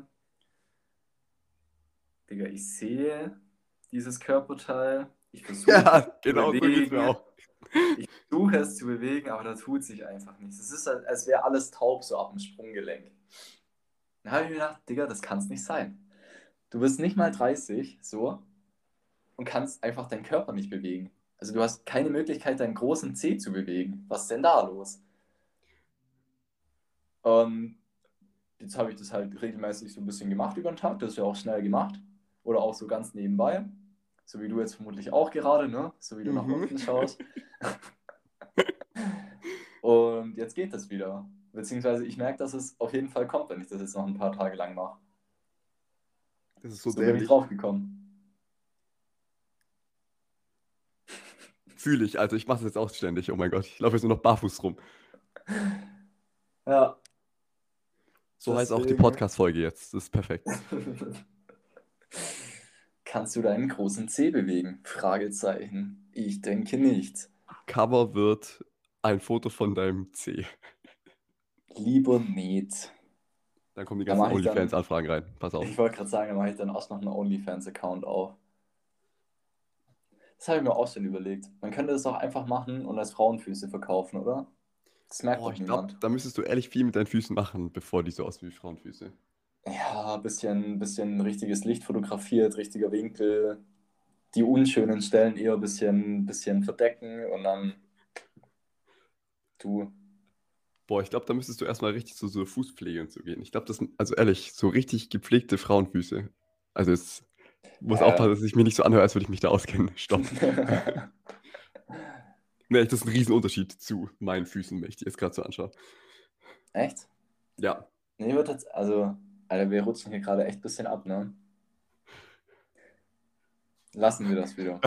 Digga, ich sehe dieses Körperteil. Ich versuche es Ja, zu genau so geht's mir bewegen. auch. Ich versuche es zu bewegen, aber da tut sich einfach nichts. Es ist, halt, als wäre alles taub so ab dem Sprunggelenk. Da habe ich mir gedacht, Digga, das kann es nicht sein. du bist nicht mal dreißig, so, und kannst einfach deinen Körper nicht bewegen. Also du hast keine Möglichkeit, deinen großen Zeh zu bewegen. Was ist denn da los? Und jetzt habe ich das halt regelmäßig so ein bisschen gemacht über den Tag. Das ist ja auch schnell gemacht. Oder auch so ganz nebenbei. So wie du jetzt vermutlich auch gerade, ne? So wie du nach Mhm. unten schaust. Und jetzt geht das wieder. Beziehungsweise ich merke, dass es auf jeden Fall kommt, wenn ich das jetzt noch ein paar Tage lang mache. Das ist so So bin ich dämlich. drauf gekommen. Fühle ich. Also ich mache das jetzt auch ständig. Oh mein Gott, ich laufe jetzt nur noch barfuß rum. Ja, So heißt auch die deswegen Podcast-Folge jetzt. Das ist perfekt. kannst du deinen großen Zeh bewegen? Fragezeichen. Ich denke nicht. Cover wird ein Foto von deinem C. Lieber nicht. Dann kommen die Da ganzen mache ich dann, OnlyFans-Anfragen rein. Pass auf. ich wollte gerade sagen, da mache ich dann auch noch einen OnlyFans-Account auf. Das habe ich mir auch schon überlegt. Man könnte das auch einfach machen und als Frauenfüße verkaufen, oder? Das merkt Oh, doch ich glaube, niemand. da müsstest du ehrlich viel mit deinen Füßen machen, bevor die so aussehen wie Frauenfüße. Ja, ein bisschen, bisschen richtiges Licht fotografiert, richtiger Winkel, die unschönen Stellen eher ein bisschen, bisschen verdecken und dann du. Boah, ich glaube, da müsstest du erstmal richtig zu so Fußpflege und so gehen. Ich glaube, das, also ehrlich, so richtig gepflegte Frauenfüße. Also es muss aufpassen, Ja. dass ich mir nicht so anhöre, als würde ich mich da auskennen. Stopp. Nee, das ist ein Riesenunterschied zu meinen Füßen, wenn ich die jetzt gerade so anschaue. Echt? Ja. Nee, wird jetzt, also, Alter, wir rutschen hier gerade echt ein bisschen ab, ne? Lassen wir das wieder.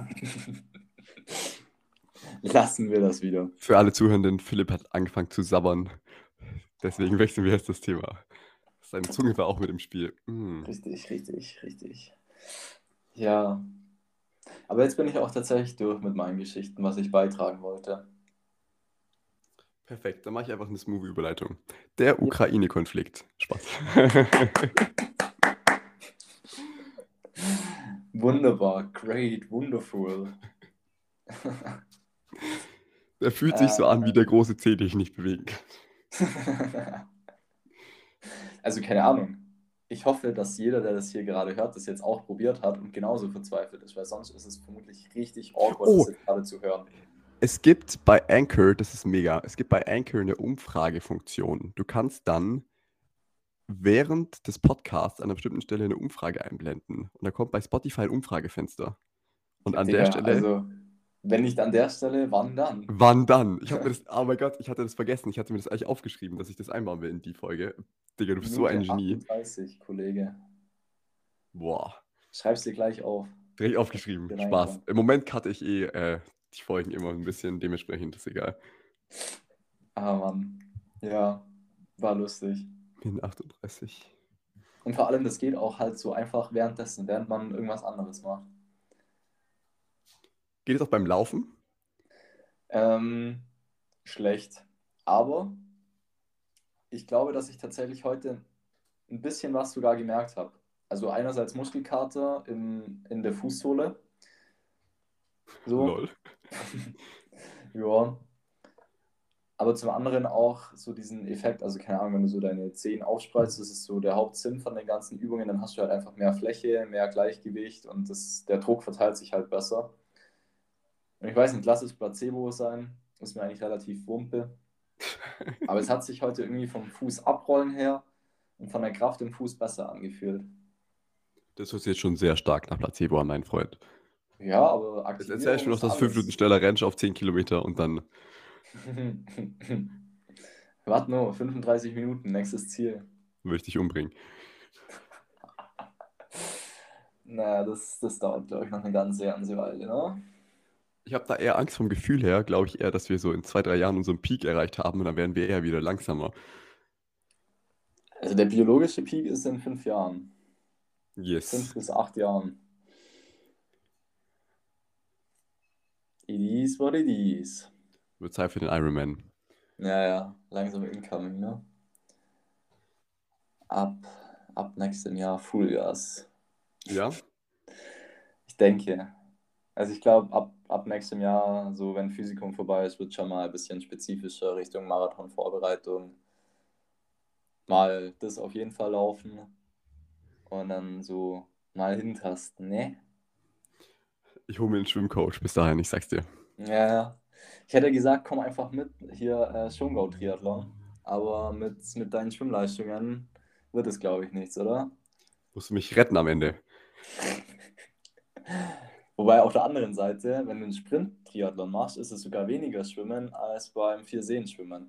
Lassen wir das wieder. Für alle Zuhörenden, Philipp hat angefangen zu sabbern. Deswegen wechseln wir jetzt das Thema. Seine Zunge war auch mit im Spiel. Mm. Richtig, richtig, richtig. Ja. Aber jetzt bin ich auch tatsächlich durch mit meinen Geschichten, was ich beitragen wollte. Perfekt, dann mache ich einfach eine smooth Überleitung. Der Ukraine-Konflikt. Spaß. Wunderbar, great, wonderful. Der fühlt sich so an wie der große Zeh, den ich nicht bewegen kann. Also keine Ahnung. Ich hoffe, dass jeder, der das hier gerade hört, das jetzt auch probiert hat und genauso verzweifelt ist, weil sonst ist es vermutlich richtig awkward, Oh, das jetzt gerade zu hören. es gibt bei Anchor, das ist mega, es gibt bei Anchor eine Umfragefunktion. Du kannst dann während des Podcasts an einer bestimmten Stelle eine Umfrage einblenden. Und da kommt bei Spotify ein Umfragefenster. Und an der Digga, Stelle, also wenn nicht an der Stelle, wann dann? wann dann? Ich habe mir das, oh mein Gott, ich hatte das vergessen. Ich hatte mir das eigentlich aufgeschrieben, dass ich das einbauen will in die Folge. Digga, du bist so ein Minute Genie. achtunddreißig, Kollege. Boah, Schreib's dir gleich auf. direkt aufgeschrieben. Hier Spaß. reinkommt. Im Moment cutte ich eh äh, die Folgen immer ein bisschen, dementsprechend ist egal. Ah, Mann. Ja, war lustig. Min achtunddreißig. Und vor allem, das geht auch halt so einfach währenddessen, während man irgendwas anderes macht. Geht es auch beim Laufen? Ähm, schlecht. Aber ich glaube, dass ich tatsächlich heute ein bisschen was sogar gemerkt habe. Also einerseits Muskelkater in, in der Fußsohle. So. Lol. Ja. Aber zum anderen auch so diesen Effekt, also keine Ahnung, wenn du so deine Zehen aufspreizt, das ist so der Hauptsinn von den ganzen Übungen, dann hast du halt einfach mehr Fläche, mehr Gleichgewicht und das, der Druck verteilt sich halt besser. Und ich weiß nicht, lass es Placebo sein, ist mir eigentlich relativ wumpe. Aber es hat sich heute irgendwie vom Fuß abrollen her und von der Kraft im Fuß besser angefühlt. Das hört sich jetzt schon sehr stark nach Placebo an, mein Freund. Ja, aber Jetzt erzählst du Aktivierung mir noch, ist dass du fünf Minuten alles. schneller rennst auf zehn Kilometer und dann. Warte nur, fünfunddreißig Minuten, nächstes Ziel. Würde ich dich umbringen. Naja, das, das dauert, glaube ich, noch eine ganze, ganze Weile, ne? Ich habe da eher Angst vom Gefühl her, glaube ich eher, dass wir so in zwei, drei Jahren unseren Peak erreicht haben und dann werden wir eher wieder langsamer. Also der biologische Peak ist in fünf Jahren. Yes. Fünf bis acht Jahren. It is what it is. Wird Zeit für den Ironman. Ja, ja, langsam incoming, ne? Ab, ab nächstem Jahr Fullgas. Ja? Ich denke. Also ich glaube, ab, ab nächstem Jahr, so wenn Physikum vorbei ist, wird schon mal ein bisschen spezifischer Richtung Marathonvorbereitung. Mal das auf jeden Fall laufen. und dann so mal hintasten, ne? Ich hole mir einen Schwimmcoach bis dahin, ich sag's dir. Ja, ich hätte gesagt, komm einfach mit hier äh, Schongau-Triathlon, aber mit, mit deinen Schwimmleistungen wird es, glaube ich, nichts, oder? Musst du mich retten am Ende. Wobei auf der anderen Seite, wenn du einen Sprint-Triathlon machst, ist es sogar weniger Schwimmen als beim Vier-Seen-Schwimmen.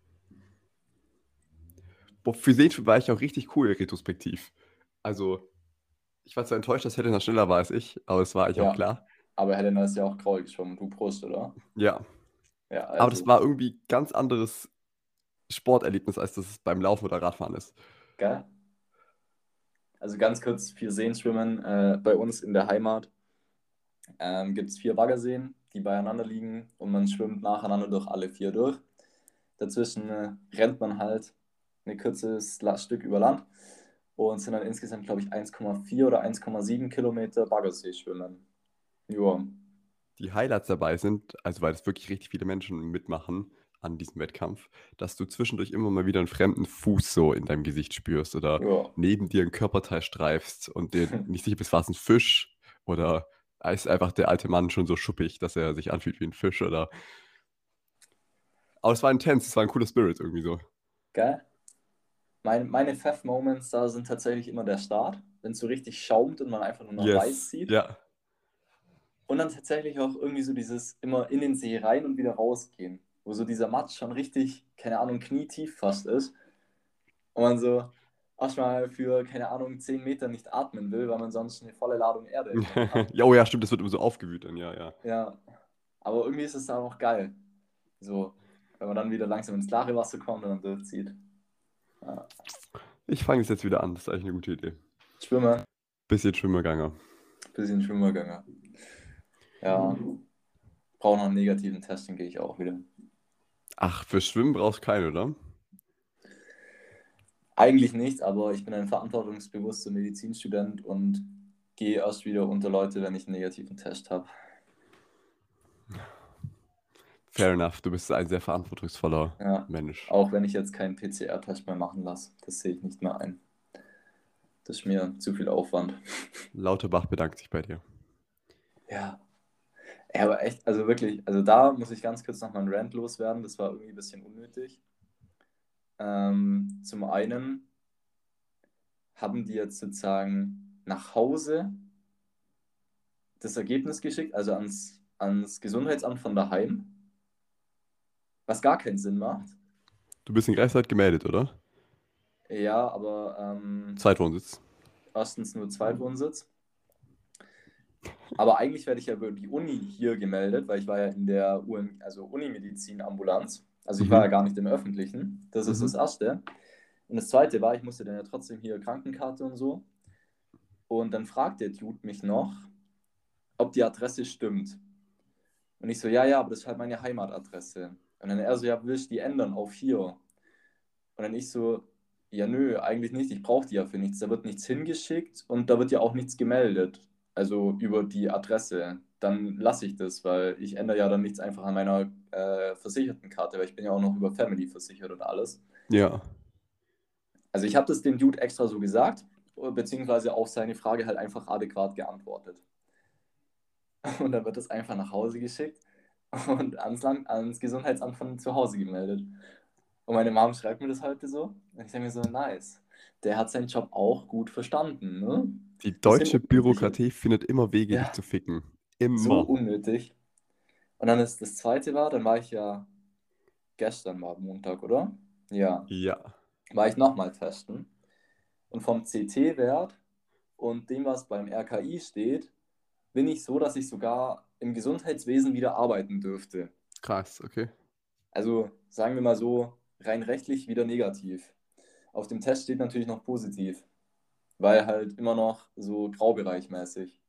Boah, für den war ich auch richtig cool retrospektiv. Also, ich war zwar enttäuscht, dass Helena schneller war als ich, aber es war eigentlich auch Ja, klar. aber Helena ist ja auch graul geschwommen, du Prost, oder? Ja, Ja, aber das also, war irgendwie ganz anderes Sporterlebnis, als das beim Laufen oder Radfahren ist. geil. Also ganz kurz, Vier-Seen-Schwimmen äh, bei uns in der Heimat ähm, gibt es vier Baggerseen, die beieinander liegen und man schwimmt nacheinander durch alle vier durch. Dazwischen äh, rennt man halt ein kurzes La- Stück über Land und sind dann insgesamt, glaube ich, eins Komma vier oder eins Komma sieben Kilometer Baggersee schwimmen. Ja, Die Highlights dabei sind, also weil das wirklich richtig viele Menschen mitmachen an diesem Wettkampf, dass du zwischendurch immer mal wieder einen fremden Fuß so in deinem Gesicht spürst oder ja. neben dir ein Körperteil streifst und dir nicht sicher bist, war es ein Fisch oder ist einfach der alte Mann schon so schuppig, dass er sich anfühlt wie ein Fisch oder. Aber es war intens, es war ein cooler Spirit irgendwie so. Geil. Mein, meine Pfeff-Moments da sind tatsächlich immer der Start, wenn es so richtig schaumt und man einfach nur noch weiß Yes, sieht. ja. Und dann tatsächlich auch irgendwie so dieses immer in den See rein und wieder rausgehen, wo so dieser Matsch schon richtig, keine Ahnung, knietief fast ist. Und man so erstmal für, keine Ahnung, zehn Meter nicht atmen will, weil man sonst eine volle Ladung Erde im Mund hat. Ja, oh ja, stimmt, das wird immer so aufgewühlt dann, ja, ja. Ja, aber irgendwie ist es dann auch geil. So, wenn man dann wieder langsam ins klare Wasser kommt und dann durchzieht. Ja. Ich fange es jetzt wieder an, das ist eigentlich eine gute Idee. Schwimmen, Bisschen Schwimmerganger. bisschen Schwimmergänger. Ja, brauche noch einen negativen Test, dann gehe ich auch wieder. Ach, für Schwimmen brauchst du keinen, oder? Eigentlich nicht, aber ich bin ein verantwortungsbewusster Medizinstudent und gehe erst wieder unter Leute, wenn ich einen negativen Test habe. Fair enough, du bist ein sehr verantwortungsvoller Ja, Mensch. auch wenn ich jetzt keinen P C R-Test mehr machen lasse. Das sehe ich nicht mehr ein. Das ist mir zu viel Aufwand. Lauterbach bedankt sich bei dir. Ja. Ja, aber echt, also wirklich, also da muss ich ganz kurz nochmal einen Rant loswerden. Das war irgendwie ein bisschen unnötig. Ähm, zum einen haben die jetzt sozusagen nach Hause das Ergebnis geschickt, also ans, ans Gesundheitsamt von daheim, was gar keinen Sinn macht. Du bist in Greifswald gemeldet, oder? Ja, aber ähm, Zweitwohnsitz. erstens nur Zweitwohnsitz. Aber eigentlich werde ich ja über die Uni hier gemeldet, weil ich war ja in der U M, also Unimedizin-Ambulanz. Also ich war ja Mhm. gar nicht im Öffentlichen. Das ist das Mhm. Erste. Und das Zweite war, ich musste dann ja trotzdem hier Krankenkarte und so. Und dann fragt der Dude mich noch, ob die Adresse stimmt. Und ich so, ja, ja, aber das ist halt meine Heimatadresse. Und dann er so, ja, willst du die ändern auf hier? Und dann ich so, ja, nö, eigentlich nicht, ich brauche die ja für nichts. Da wird nichts hingeschickt und da wird ja auch nichts gemeldet. Also über die Adresse. Dann lasse ich das, weil ich ändere ja dann nichts einfach an meiner äh, Versichertenkarte, weil ich bin ja auch noch über Family versichert und alles. Ja. Also ich habe das dem Dude extra so gesagt, beziehungsweise auf seine Frage halt einfach adäquat geantwortet. Und dann wird das einfach nach Hause geschickt und ans, Land, ans Gesundheitsamt von zu Hause gemeldet. Und meine Mom schreibt mir das heute so. Und ich denke mir so, nice. Der hat seinen Job auch gut verstanden, ne? Die Bisschen deutsche unnötig. Bürokratie findet immer Wege, dich Ja, zu ficken. so Immer. unnötig. Und dann ist das zweite war, dann war ich ja gestern war Montag, oder? Ja, Ja. war ich nochmal testen. Und vom C T-Wert und dem, was beim R K I steht, bin ich so, dass ich sogar im Gesundheitswesen wieder arbeiten dürfte. Krass, okay. Also sagen wir mal so, rein rechtlich wieder negativ. Auf dem Test steht natürlich noch positiv, weil halt immer noch so graubereichmäßig.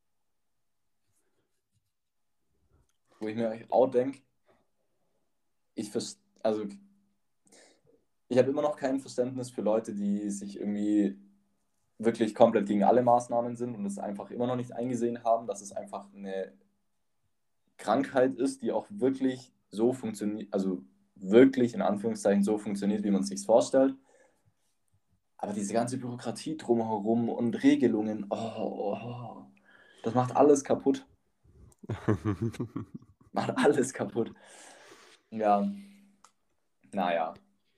Wo ich mir auch denke, ich, also, ich habe immer noch kein Verständnis für Leute, die sich irgendwie wirklich komplett gegen alle Maßnahmen sind und es einfach immer noch nicht eingesehen haben, dass es einfach eine Krankheit ist, die auch wirklich so funktioniert, also wirklich in Anführungszeichen so funktioniert, wie man es sich vorstellt. Aber diese ganze Bürokratie drumherum und Regelungen, oh, oh, das macht alles kaputt. Macht alles kaputt. Ja, naja.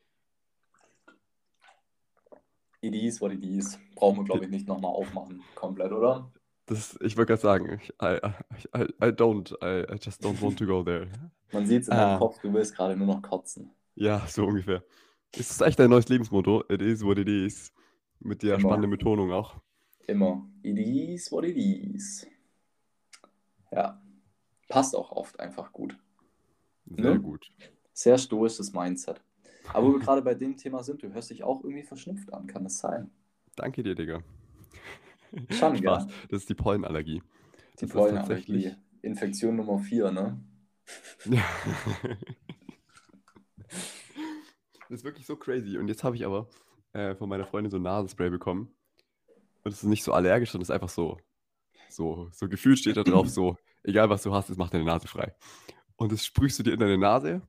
It is what it is. Brauchen wir, glaube ich, nicht nochmal aufmachen. Komplett, oder? Das, ich wollte gerade sagen, ich, I, I, I don't, I, I just don't want to go there. Man sieht es in deinem Ah, Kopf, du willst gerade nur noch kotzen. ja, so ungefähr. Ist das echt dein neues Lebensmotto? It is what it is. Mit der Immer. spannenden Betonung auch. Immer. It is what it is. Ja. Passt auch oft einfach gut. Sehr Ne? gut. Sehr stoisches Mindset. Aber wo wir gerade bei dem Thema sind, du hörst dich auch irgendwie verschnupft an, kann es sein? Danke dir, Digga. Schon, Spaß. gell? Das ist die Pollenallergie. Die Das ist Pollenallergie. tatsächlich. Infektion Nummer vier, ne? Ja. Das ist wirklich so crazy. Und jetzt habe ich aber äh, von meiner Freundin so ein Nasenspray bekommen. Und es ist nicht so allergisch, sondern es ist einfach so, so, so gefühlt steht da drauf, so, egal was du hast, es macht deine Nase frei. Und das sprühst du dir in deine Nase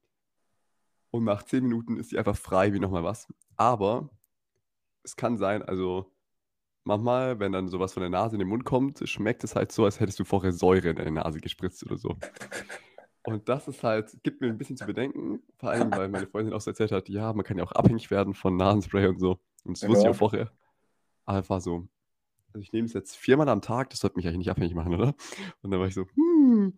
und nach zehn Minuten ist die einfach frei wie nochmal was. Aber es kann sein, also manchmal, wenn dann sowas von der Nase in den Mund kommt, schmeckt es halt so, als hättest du vorher Säure in deine Nase gespritzt oder so. Und das ist halt, gibt mir ein bisschen zu bedenken, vor allem, weil meine Freundin auch so erzählt hat, ja, man kann ja auch abhängig werden von Nasenspray und so. Und das wusste ich Ja. auch vorher. Aber es war so, also ich nehme es jetzt viermal am Tag, das sollte mich eigentlich nicht abhängig machen, oder? Und dann war ich so, hm.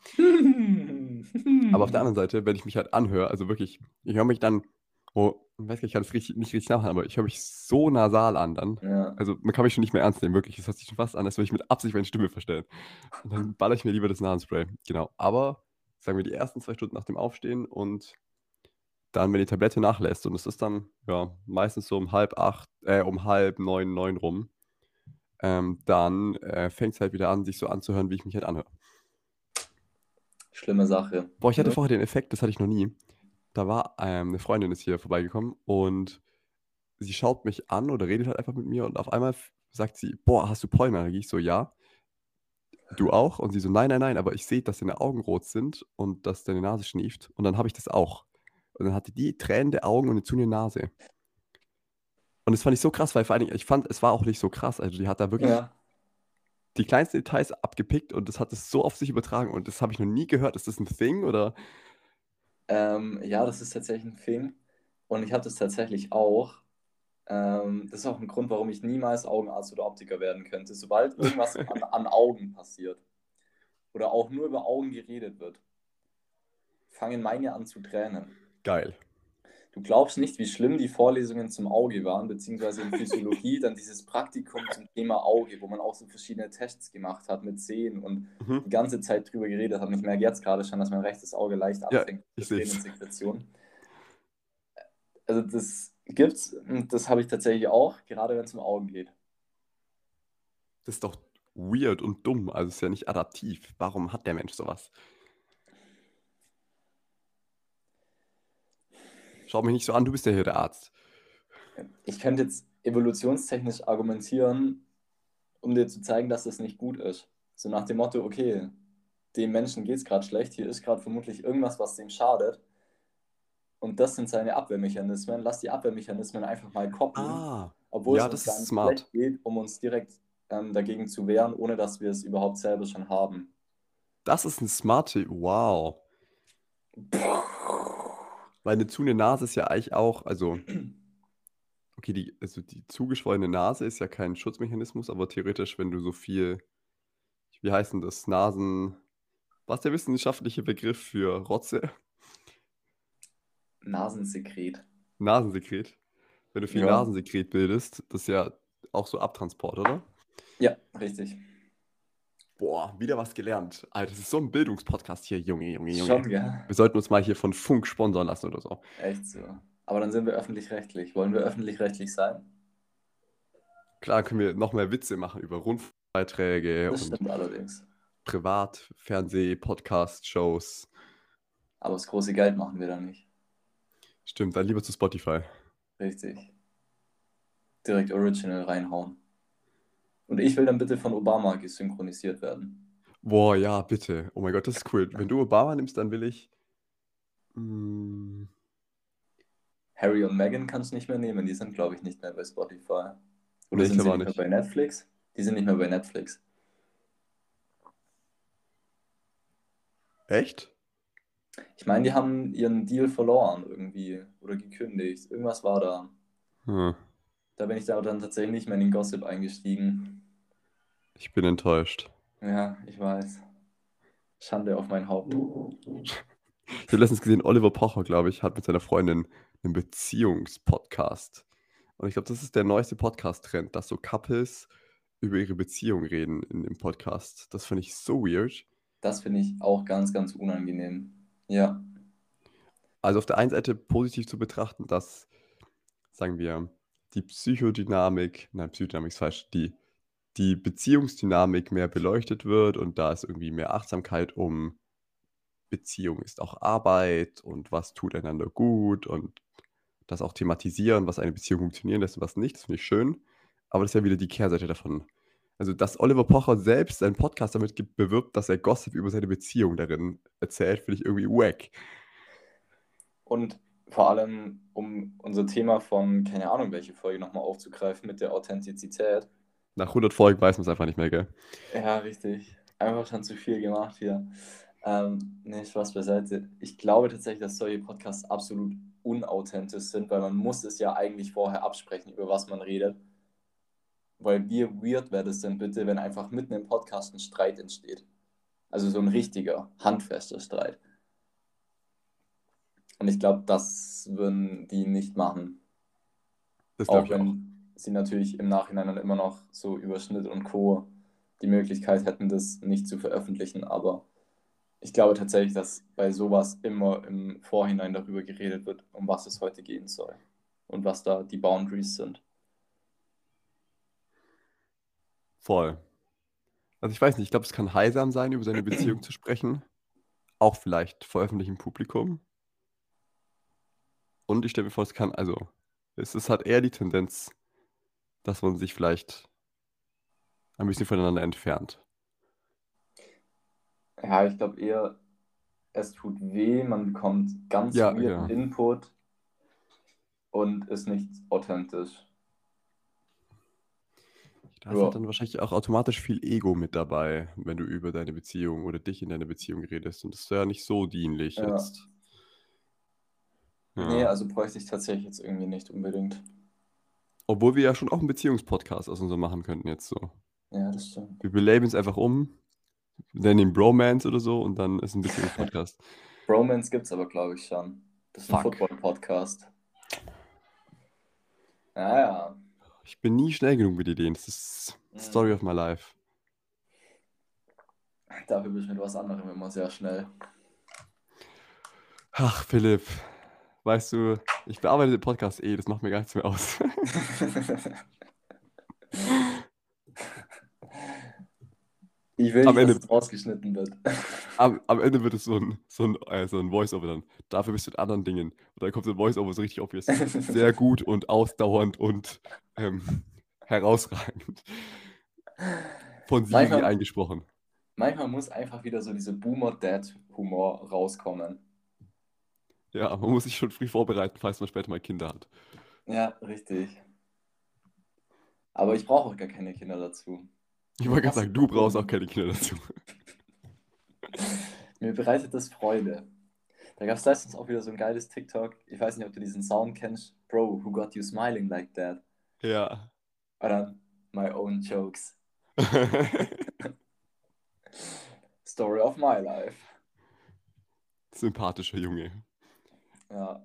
Aber auf der anderen Seite, wenn ich mich halt anhöre, also wirklich, ich höre mich dann, oh, ich weiß gar nicht, ich kann das richtig, nicht richtig nachmachen, aber ich höre mich so nasal an dann. Ja. Also man kann mich schon nicht mehr ernst nehmen, wirklich. Es hört sich schon fast an, als würde ich mit Absicht meine Stimme verstellen. Und dann baller ich mir lieber das Nasenspray. Genau. Aber sagen wir die ersten zwei Stunden nach dem Aufstehen und dann, wenn die Tablette nachlässt, und es ist dann ja meistens so um halb acht, äh, um halb neun, neun rum, ähm, dann äh, fängt es halt wieder an, sich so anzuhören, wie ich mich halt anhöre. Schlimme Sache. Boah, ich hatte Ne? vorher den Effekt, das hatte ich noch nie. Da war ähm, eine Freundin ist hier vorbeigekommen und sie schaut mich an oder redet halt einfach mit mir und auf einmal f- sagt sie, boah, hast du Pollenallergie? Ich so, ja. Du auch? Und sie so, nein, nein, nein, aber ich sehe, dass deine Augen rot sind und dass deine Nase schnieft. Und dann habe ich das auch. Und dann hatte die tränende Augen und eine zunehmende Nase. Und das fand ich so krass, weil vor allen Dingen, ich fand, es war auch nicht so krass. Also die hat da wirklich Ja. die kleinsten Details abgepickt und das hat es so auf sich übertragen. Und das habe ich noch nie gehört. Ist das ein Thing oder? Ähm, ja, das ist tatsächlich ein Thing. Und ich habe das tatsächlich auch. Ähm, das ist auch ein Grund, warum ich niemals Augenarzt oder Optiker werden könnte. Sobald irgendwas an, an Augen passiert oder auch nur über Augen geredet wird, fangen meine an zu tränen. Geil. Du glaubst nicht, wie schlimm die Vorlesungen zum Auge waren, beziehungsweise in Physiologie, dann dieses Praktikum zum Thema Auge, wo man auch so verschiedene Tests gemacht hat mit Sehen und Mhm. die ganze Zeit drüber geredet hat. Und ich merke jetzt gerade schon, dass mein rechtes Auge leicht Ja, anfängt ich mit sehe es. Tränensekretion. Also das gibt's und das habe ich tatsächlich auch, gerade wenn es um Augen geht. Das ist doch weird und dumm. Also es ist ja nicht adaptiv. Warum hat der Mensch sowas? Schau mich nicht so an, du bist ja hier der Arzt. Ich könnte jetzt evolutionstechnisch argumentieren, um dir zu zeigen, dass das nicht gut ist. So nach dem Motto, okay, dem Menschen geht es gerade schlecht, hier ist gerade vermutlich irgendwas, was dem schadet. Und das sind seine Abwehrmechanismen. Lass die Abwehrmechanismen einfach mal koppeln, Ah, obwohl ja, es uns das gar ist nicht smart. schlecht geht, um uns direkt ähm, dagegen zu wehren, ohne dass wir es überhaupt selber schon haben. Das ist ein smarte, wow. Weil eine zu eine Nase ist ja eigentlich auch, also, okay, die, also die zugeschwollene Nase ist ja kein Schutzmechanismus, aber theoretisch, wenn du so viel, wie heißt denn das, Nasen, was ist der wissenschaftliche Begriff für Rotze? Nasensekret. Nasensekret. Wenn du viel Ja. Nasensekret bildest, das ist ja auch so Abtransport, oder? Ja, richtig. Boah, wieder was gelernt. Alter, das ist so ein Bildungspodcast hier, Junge, Junge, Junge. Schon, gell? Wir sollten uns mal hier von Funk sponsern lassen oder so. Echt so. Aber dann sind wir öffentlich-rechtlich. Wollen wir öffentlich-rechtlich sein? Klar können wir noch mehr Witze machen über Rundfunkbeiträge Das und stimmt allerdings. Privat-, Fernseh-, Podcast-Shows. Aber das große Geld machen wir da nicht. Stimmt, dann lieber zu Spotify. Richtig. Direkt Original reinhauen. Und ich will dann bitte von Obama gesynchronisiert werden. Boah, ja, bitte. Oh mein Gott, das ist cool. Wenn du Obama nimmst, dann will ich. mm, Harry und Meghan kannst du nicht mehr nehmen, die sind, glaube ich, nicht mehr bei Spotify. Oder Nee, ich sind sie glaube auch nicht mehr nicht. bei Netflix? Die sind nicht mehr bei Netflix. Echt? Ich meine, die haben ihren Deal verloren irgendwie oder gekündigt. Irgendwas war da. Hm. Da bin ich da dann tatsächlich nicht mehr in den Gossip eingestiegen. Ich bin enttäuscht. Ja, ich weiß. Schande auf mein Haupt. Ich habe letztens gesehen, Oliver Pocher, glaube ich, hat mit seiner Freundin einen Beziehungspodcast. Und ich glaube, das ist der neueste Podcast-Trend, dass so Couples über ihre Beziehung reden in dem Podcast. Das finde ich so weird. Das finde ich auch ganz, ganz unangenehm. Ja. Also auf der einen Seite positiv zu betrachten, dass, sagen wir, die Psychodynamik, nein, Psychodynamik ist falsch, die, die Beziehungsdynamik mehr beleuchtet wird und da ist irgendwie mehr Achtsamkeit um Beziehung ist auch Arbeit und was tut einander gut und das auch thematisieren, was eine Beziehung funktionieren lässt und was nicht. Das finde ich schön. Aber das ist ja wieder die Kehrseite davon. Also, dass Oliver Pocher selbst seinen Podcast damit ge- bewirbt, dass er Gossip über seine Beziehung darin erzählt, finde ich irgendwie wack. Und vor allem, um unser Thema von, keine Ahnung, welche Folge nochmal aufzugreifen mit der Authentizität. Nach hundert Folgen weiß man es einfach nicht mehr, gell? Ja, richtig. Einfach schon zu viel gemacht hier. Ähm, nee, Spaß beiseite. Ich glaube tatsächlich, dass solche Podcasts absolut unauthentisch sind, weil man muss es ja eigentlich vorher absprechen, über was man redet. Weil wie weird wäre das denn bitte, wenn einfach mitten im Podcast ein Streit entsteht? Also so ein richtiger, handfester Streit. Und ich glaube, das würden die nicht machen. Das glaube Auch ich auch. wenn sie natürlich im Nachhinein dann immer noch so über Schnitt und Co. die Möglichkeit hätten, das nicht zu veröffentlichen. Aber ich glaube tatsächlich, dass bei sowas immer im Vorhinein darüber geredet wird, um was es heute gehen soll und was da die Boundaries sind. Voll. Also ich weiß nicht, ich glaube, es kann heilsam sein, über seine Beziehung zu sprechen. Auch vielleicht vor öffentlichem Publikum. Und ich stelle mir vor, es kann, also, es ist halt eher die Tendenz, dass man sich vielleicht ein bisschen voneinander entfernt. Ja, ich glaube eher, es tut weh, man bekommt ganz Ja, weirden ja. Input und ist nicht authentisch. Da ist halt Ja, dann wahrscheinlich auch automatisch viel Ego mit dabei, wenn du über deine Beziehung oder dich in deine Beziehung redest. Und das ist ja nicht so dienlich ja. jetzt. Nee, Ja. also bräuchte ich tatsächlich jetzt irgendwie nicht unbedingt. Obwohl wir ja schon auch einen Beziehungspodcast aus uns so machen könnten jetzt so. Ja, das stimmt. Wir belabeln es einfach um, nennen ihn Bromance oder so und dann ist ein Beziehungspodcast. Bromance gibt es aber, glaube ich, schon. Das ist ein Fuck. Football-Podcast. Ja, ja. Ich bin nie schnell genug mit Ideen. Das ist Story of Mhm. my life. Dafür bist du mit was anderem immer sehr schnell. Ach, Philipp, weißt du, ich bearbeite den Podcast eh, das macht mir gar nichts mehr aus. Ich will Am nicht, dass Ende, es rausgeschnitten wird. am, am Ende wird es so ein, so ein, äh, so ein Voice-Over dann. Dafür bist du in anderen Dingen. Und dann kommt so ein Voice-Over so richtig obvious. Sehr gut und ausdauernd und ähm, herausragend. Von Siri Manchmal, eingesprochen. manchmal muss einfach wieder so diese Boomer-Dad-Humor rauskommen. Ja, man muss sich schon früh vorbereiten, falls man später mal Kinder hat. Ja, richtig. Aber ich brauche auch gar keine Kinder dazu. Ich Mir wollte gerade passt sagen, es du doch brauchst so. auch keine Kinder dazu. Mir bereitet das Freude. Da gab es letztens auch wieder so ein geiles TikTok. Ich weiß nicht, ob du diesen Sound kennst. Bro, who got you smiling like that? Ja. Oder my own jokes. Story of my life. Sympathischer Junge. Ja,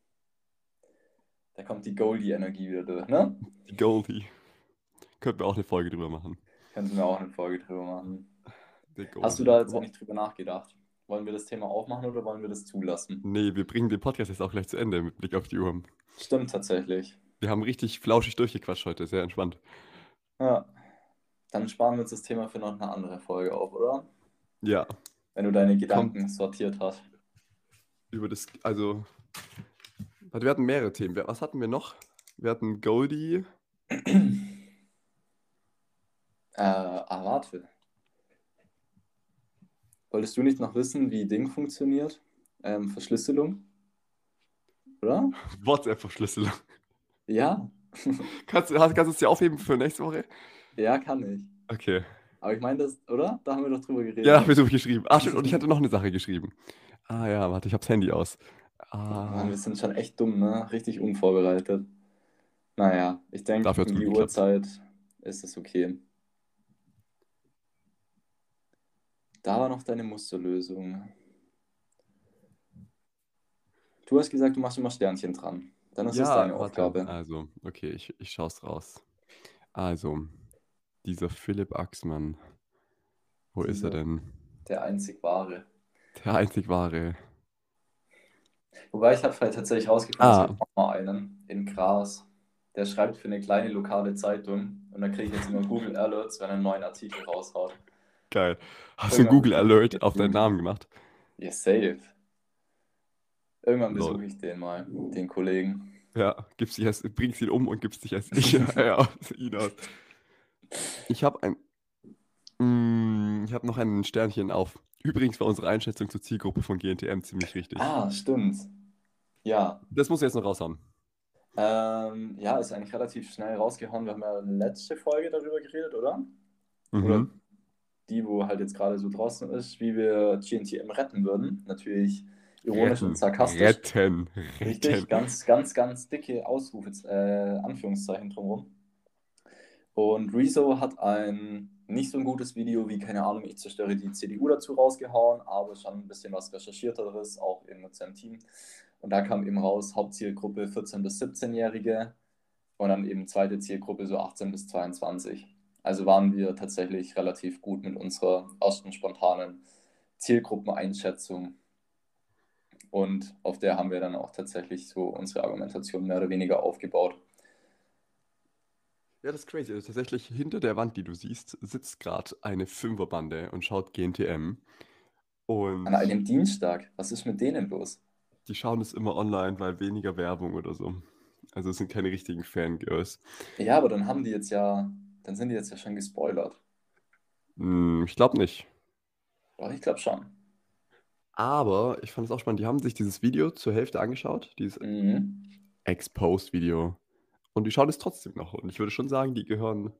da kommt die Goldie-Energie wieder durch, ne? Die Goldie. Könnten wir auch eine Folge drüber machen. Könnten wir auch eine Folge drüber machen. Der Hast du Goldie. da jetzt Aber eigentlich drüber nachgedacht? Wollen wir das Thema aufmachen oder wollen wir das zulassen? nee, wir bringen den Podcast jetzt auch gleich zu Ende mit Blick auf die Uhr. Stimmt tatsächlich. Wir haben richtig flauschig durchgequatscht heute, sehr entspannt. Ja, dann sparen wir uns das Thema für noch eine andere Folge auf, oder? Ja, Wenn du deine kommt Gedanken sortiert hast. über das, also, warte, wir hatten mehrere Themen. Wir- Was hatten wir noch? Wir hatten Goldie. Äh, ah, warte. Wolltest du nicht noch wissen, wie Ding funktioniert? Ähm, Verschlüsselung? oder? WhatsApp-Verschlüsselung. Ja. Kannst, du- hast- kannst du es dir aufheben für nächste Woche? Ja, kann ich. Okay. Aber ich meine das, oder? Da haben wir doch drüber Ja, geredet. habe ich so geschrieben. Ach, stimmt. Und ich hatte noch eine Sache geschrieben. Ah ja, warte, ich habe das Handy aus. Mann, Ah, wir sind schon echt dumm, ne? Richtig unvorbereitet. Naja, ich denke, dafür hat es um gut die geklappt. Uhrzeit ist es okay. Da war noch deine Musterlösung. Du hast gesagt, du machst immer Sternchen dran. Dann ist es Ja, deine warte. Aufgabe. Also, okay, ich, ich schaue es raus. Also, dieser Philipp Axmann. Wo ist er Dieser, denn? der einzig wahre. Der einzig wahre. Wobei ich habe halt tatsächlich rausgefunden, es Ah, gibt auch mal einen in Graz. Der schreibt für eine kleine lokale Zeitung und da kriege ich jetzt immer Google Alerts, wenn er einen neuen Artikel raushaut. geil. Hast du einen Irgendwann Google besuche ich Alert den. auf deinen Namen gemacht? Ja, safe. Irgendwann Lol. besuche ich den mal, den Kollegen. Ja, gibst dich als, bringst ihn um und gibst dich als ich ja, aus, ihn aus. Ich habe ein, mm, ich habe noch ein Sternchen auf. Übrigens war unsere Einschätzung zur Zielgruppe von G N T M ziemlich richtig. Ah, stimmt. Ja. Das muss ich jetzt noch raushauen. Ähm, ja, ist eigentlich relativ schnell rausgehauen. Wir haben ja letzte Folge darüber geredet, oder? Oder Mhm. die, wo halt jetzt gerade so draußen ist, wie wir G N T M retten würden. Natürlich ironisch und Retten, sarkastisch. retten, Richtig, retten. ganz, ganz, ganz dicke Ausrufe, äh, Anführungszeichen drumherum. Und Rezo hat ein nicht so ein gutes Video wie, keine Ahnung, ich zerstöre die C D U dazu rausgehauen, aber schon ein bisschen was Recherchierteres, auch eben mit seinem Team. Und da kam eben raus, Hauptzielgruppe vierzehn- bis siebzehn-Jährige und dann eben zweite Zielgruppe so achtzehn bis zweiundzwanzig. Also waren wir tatsächlich relativ gut mit unserer ersten spontanen Zielgruppeneinschätzung. Und auf der haben wir dann auch tatsächlich so unsere Argumentation mehr oder weniger aufgebaut. Ja, das ist crazy. Also tatsächlich hinter der Wand, die du siehst, sitzt gerade eine Fünferbande und schaut G N T M. An Und einem Dienstag, was ist mit denen los? die schauen es immer online, weil weniger Werbung oder so. Also es sind keine richtigen Fangirls. Ja, aber dann haben die jetzt ja, dann sind die jetzt ja schon gespoilert. Hm, ich glaube nicht. Doch, ich glaube schon. Aber ich fand es auch spannend. Die haben sich dieses Video zur Hälfte angeschaut, dieses Mhm. Exposed-Video. Und die schauen es trotzdem noch. Und ich würde schon sagen, die gehören,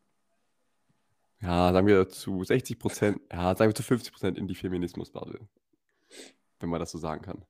ja, sagen wir zu sechzig Prozent, ja, sagen wir zu fünfzig Prozent in die Feminismus-Bubble. Wenn man das so sagen kann.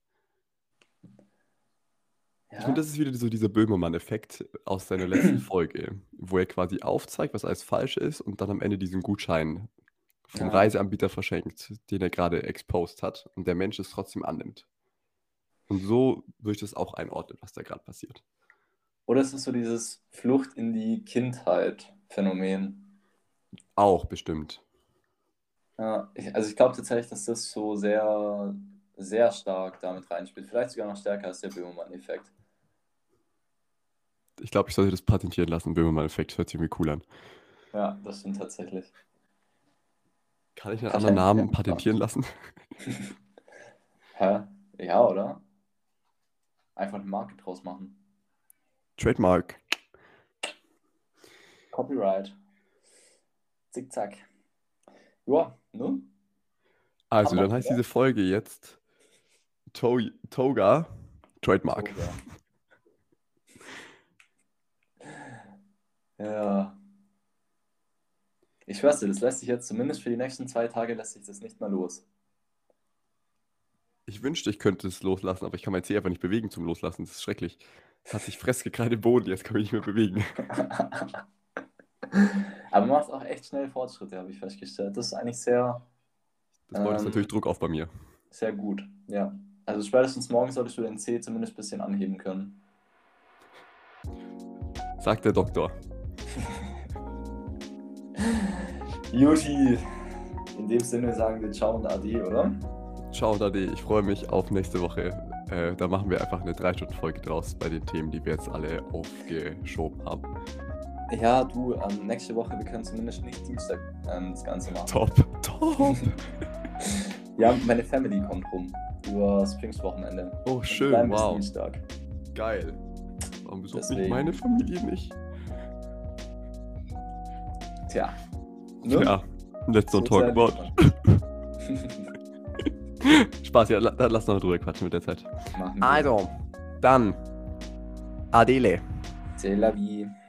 Ich finde, Ja, das ist wieder so dieser Böhmermann-Effekt aus seiner letzten Folge, wo er quasi aufzeigt, was alles falsch ist und dann am Ende diesen Gutschein vom ja. Reiseanbieter verschenkt, den er gerade exposed hat und der Mensch es trotzdem annimmt. Und so würde ich das auch einordnen, was da gerade passiert. Oder ist es so dieses Flucht in die Kindheit-Phänomen? Auch bestimmt. Ja, ich, also ich glaube tatsächlich, dass das so sehr, sehr stark damit reinspielt. Vielleicht sogar noch stärker als der Böhmermann-Effekt. Ich glaube, ich sollte das patentieren lassen, Böhmermann-Effekt. Hört sich irgendwie cool an. Ja, das stimmt tatsächlich. Kann ich einen anderen Patent, Namen ja. patentieren lassen? Hä? Ja, oder? Einfach eine Marke draus machen. Trademark. Copyright. Zickzack. Ja, ne? Also, Haben wir dann heißt wieder. diese Folge jetzt to Toga Trademark. Toga. Ja. Ich schwör's dir, das lässt sich jetzt zumindest für die nächsten zwei Tage lässt sich das nicht mehr los. Ich wünschte, ich könnte es loslassen, aber ich kann mein Zeh einfach nicht bewegen zum Loslassen. Das ist schrecklich. Hat sich festgekreidet im Boden, jetzt kann ich nicht mehr bewegen. Aber man macht auch echt schnell Fortschritte, habe ich festgestellt. Das ist eigentlich sehr, Das baut jetzt ähm, natürlich Druck auf bei mir. sehr gut. Ja. Also spätestens morgen solltest du den Zeh zumindest ein bisschen anheben können. Sagt der Doktor. Juti, in dem Sinne sagen wir Ciao und Ade, oder? Ciao, Dadi. Ich freue mich auf nächste Woche. Äh, da machen wir einfach eine drei Stunden Folge draus bei den Themen, die wir jetzt alle aufgeschoben haben. Ja, du, ähm, nächste Woche, wir können zumindest nicht Dienstag ähm, das Ganze machen. Top, top. Ja, meine Family kommt rum über das Pfingstwochenende. Oh, Und schön, bleiben bis wow. Dienstag. Geil. Warum besucht mich Deswegen. meine Familie nicht? Tja. Ne? Ja, let's So not talk sehr about. lieb. Spaß, ja, la- dann lass noch drüber quatschen mit der Zeit. Machen wir. Also, Dann, Adele. C'est la vie.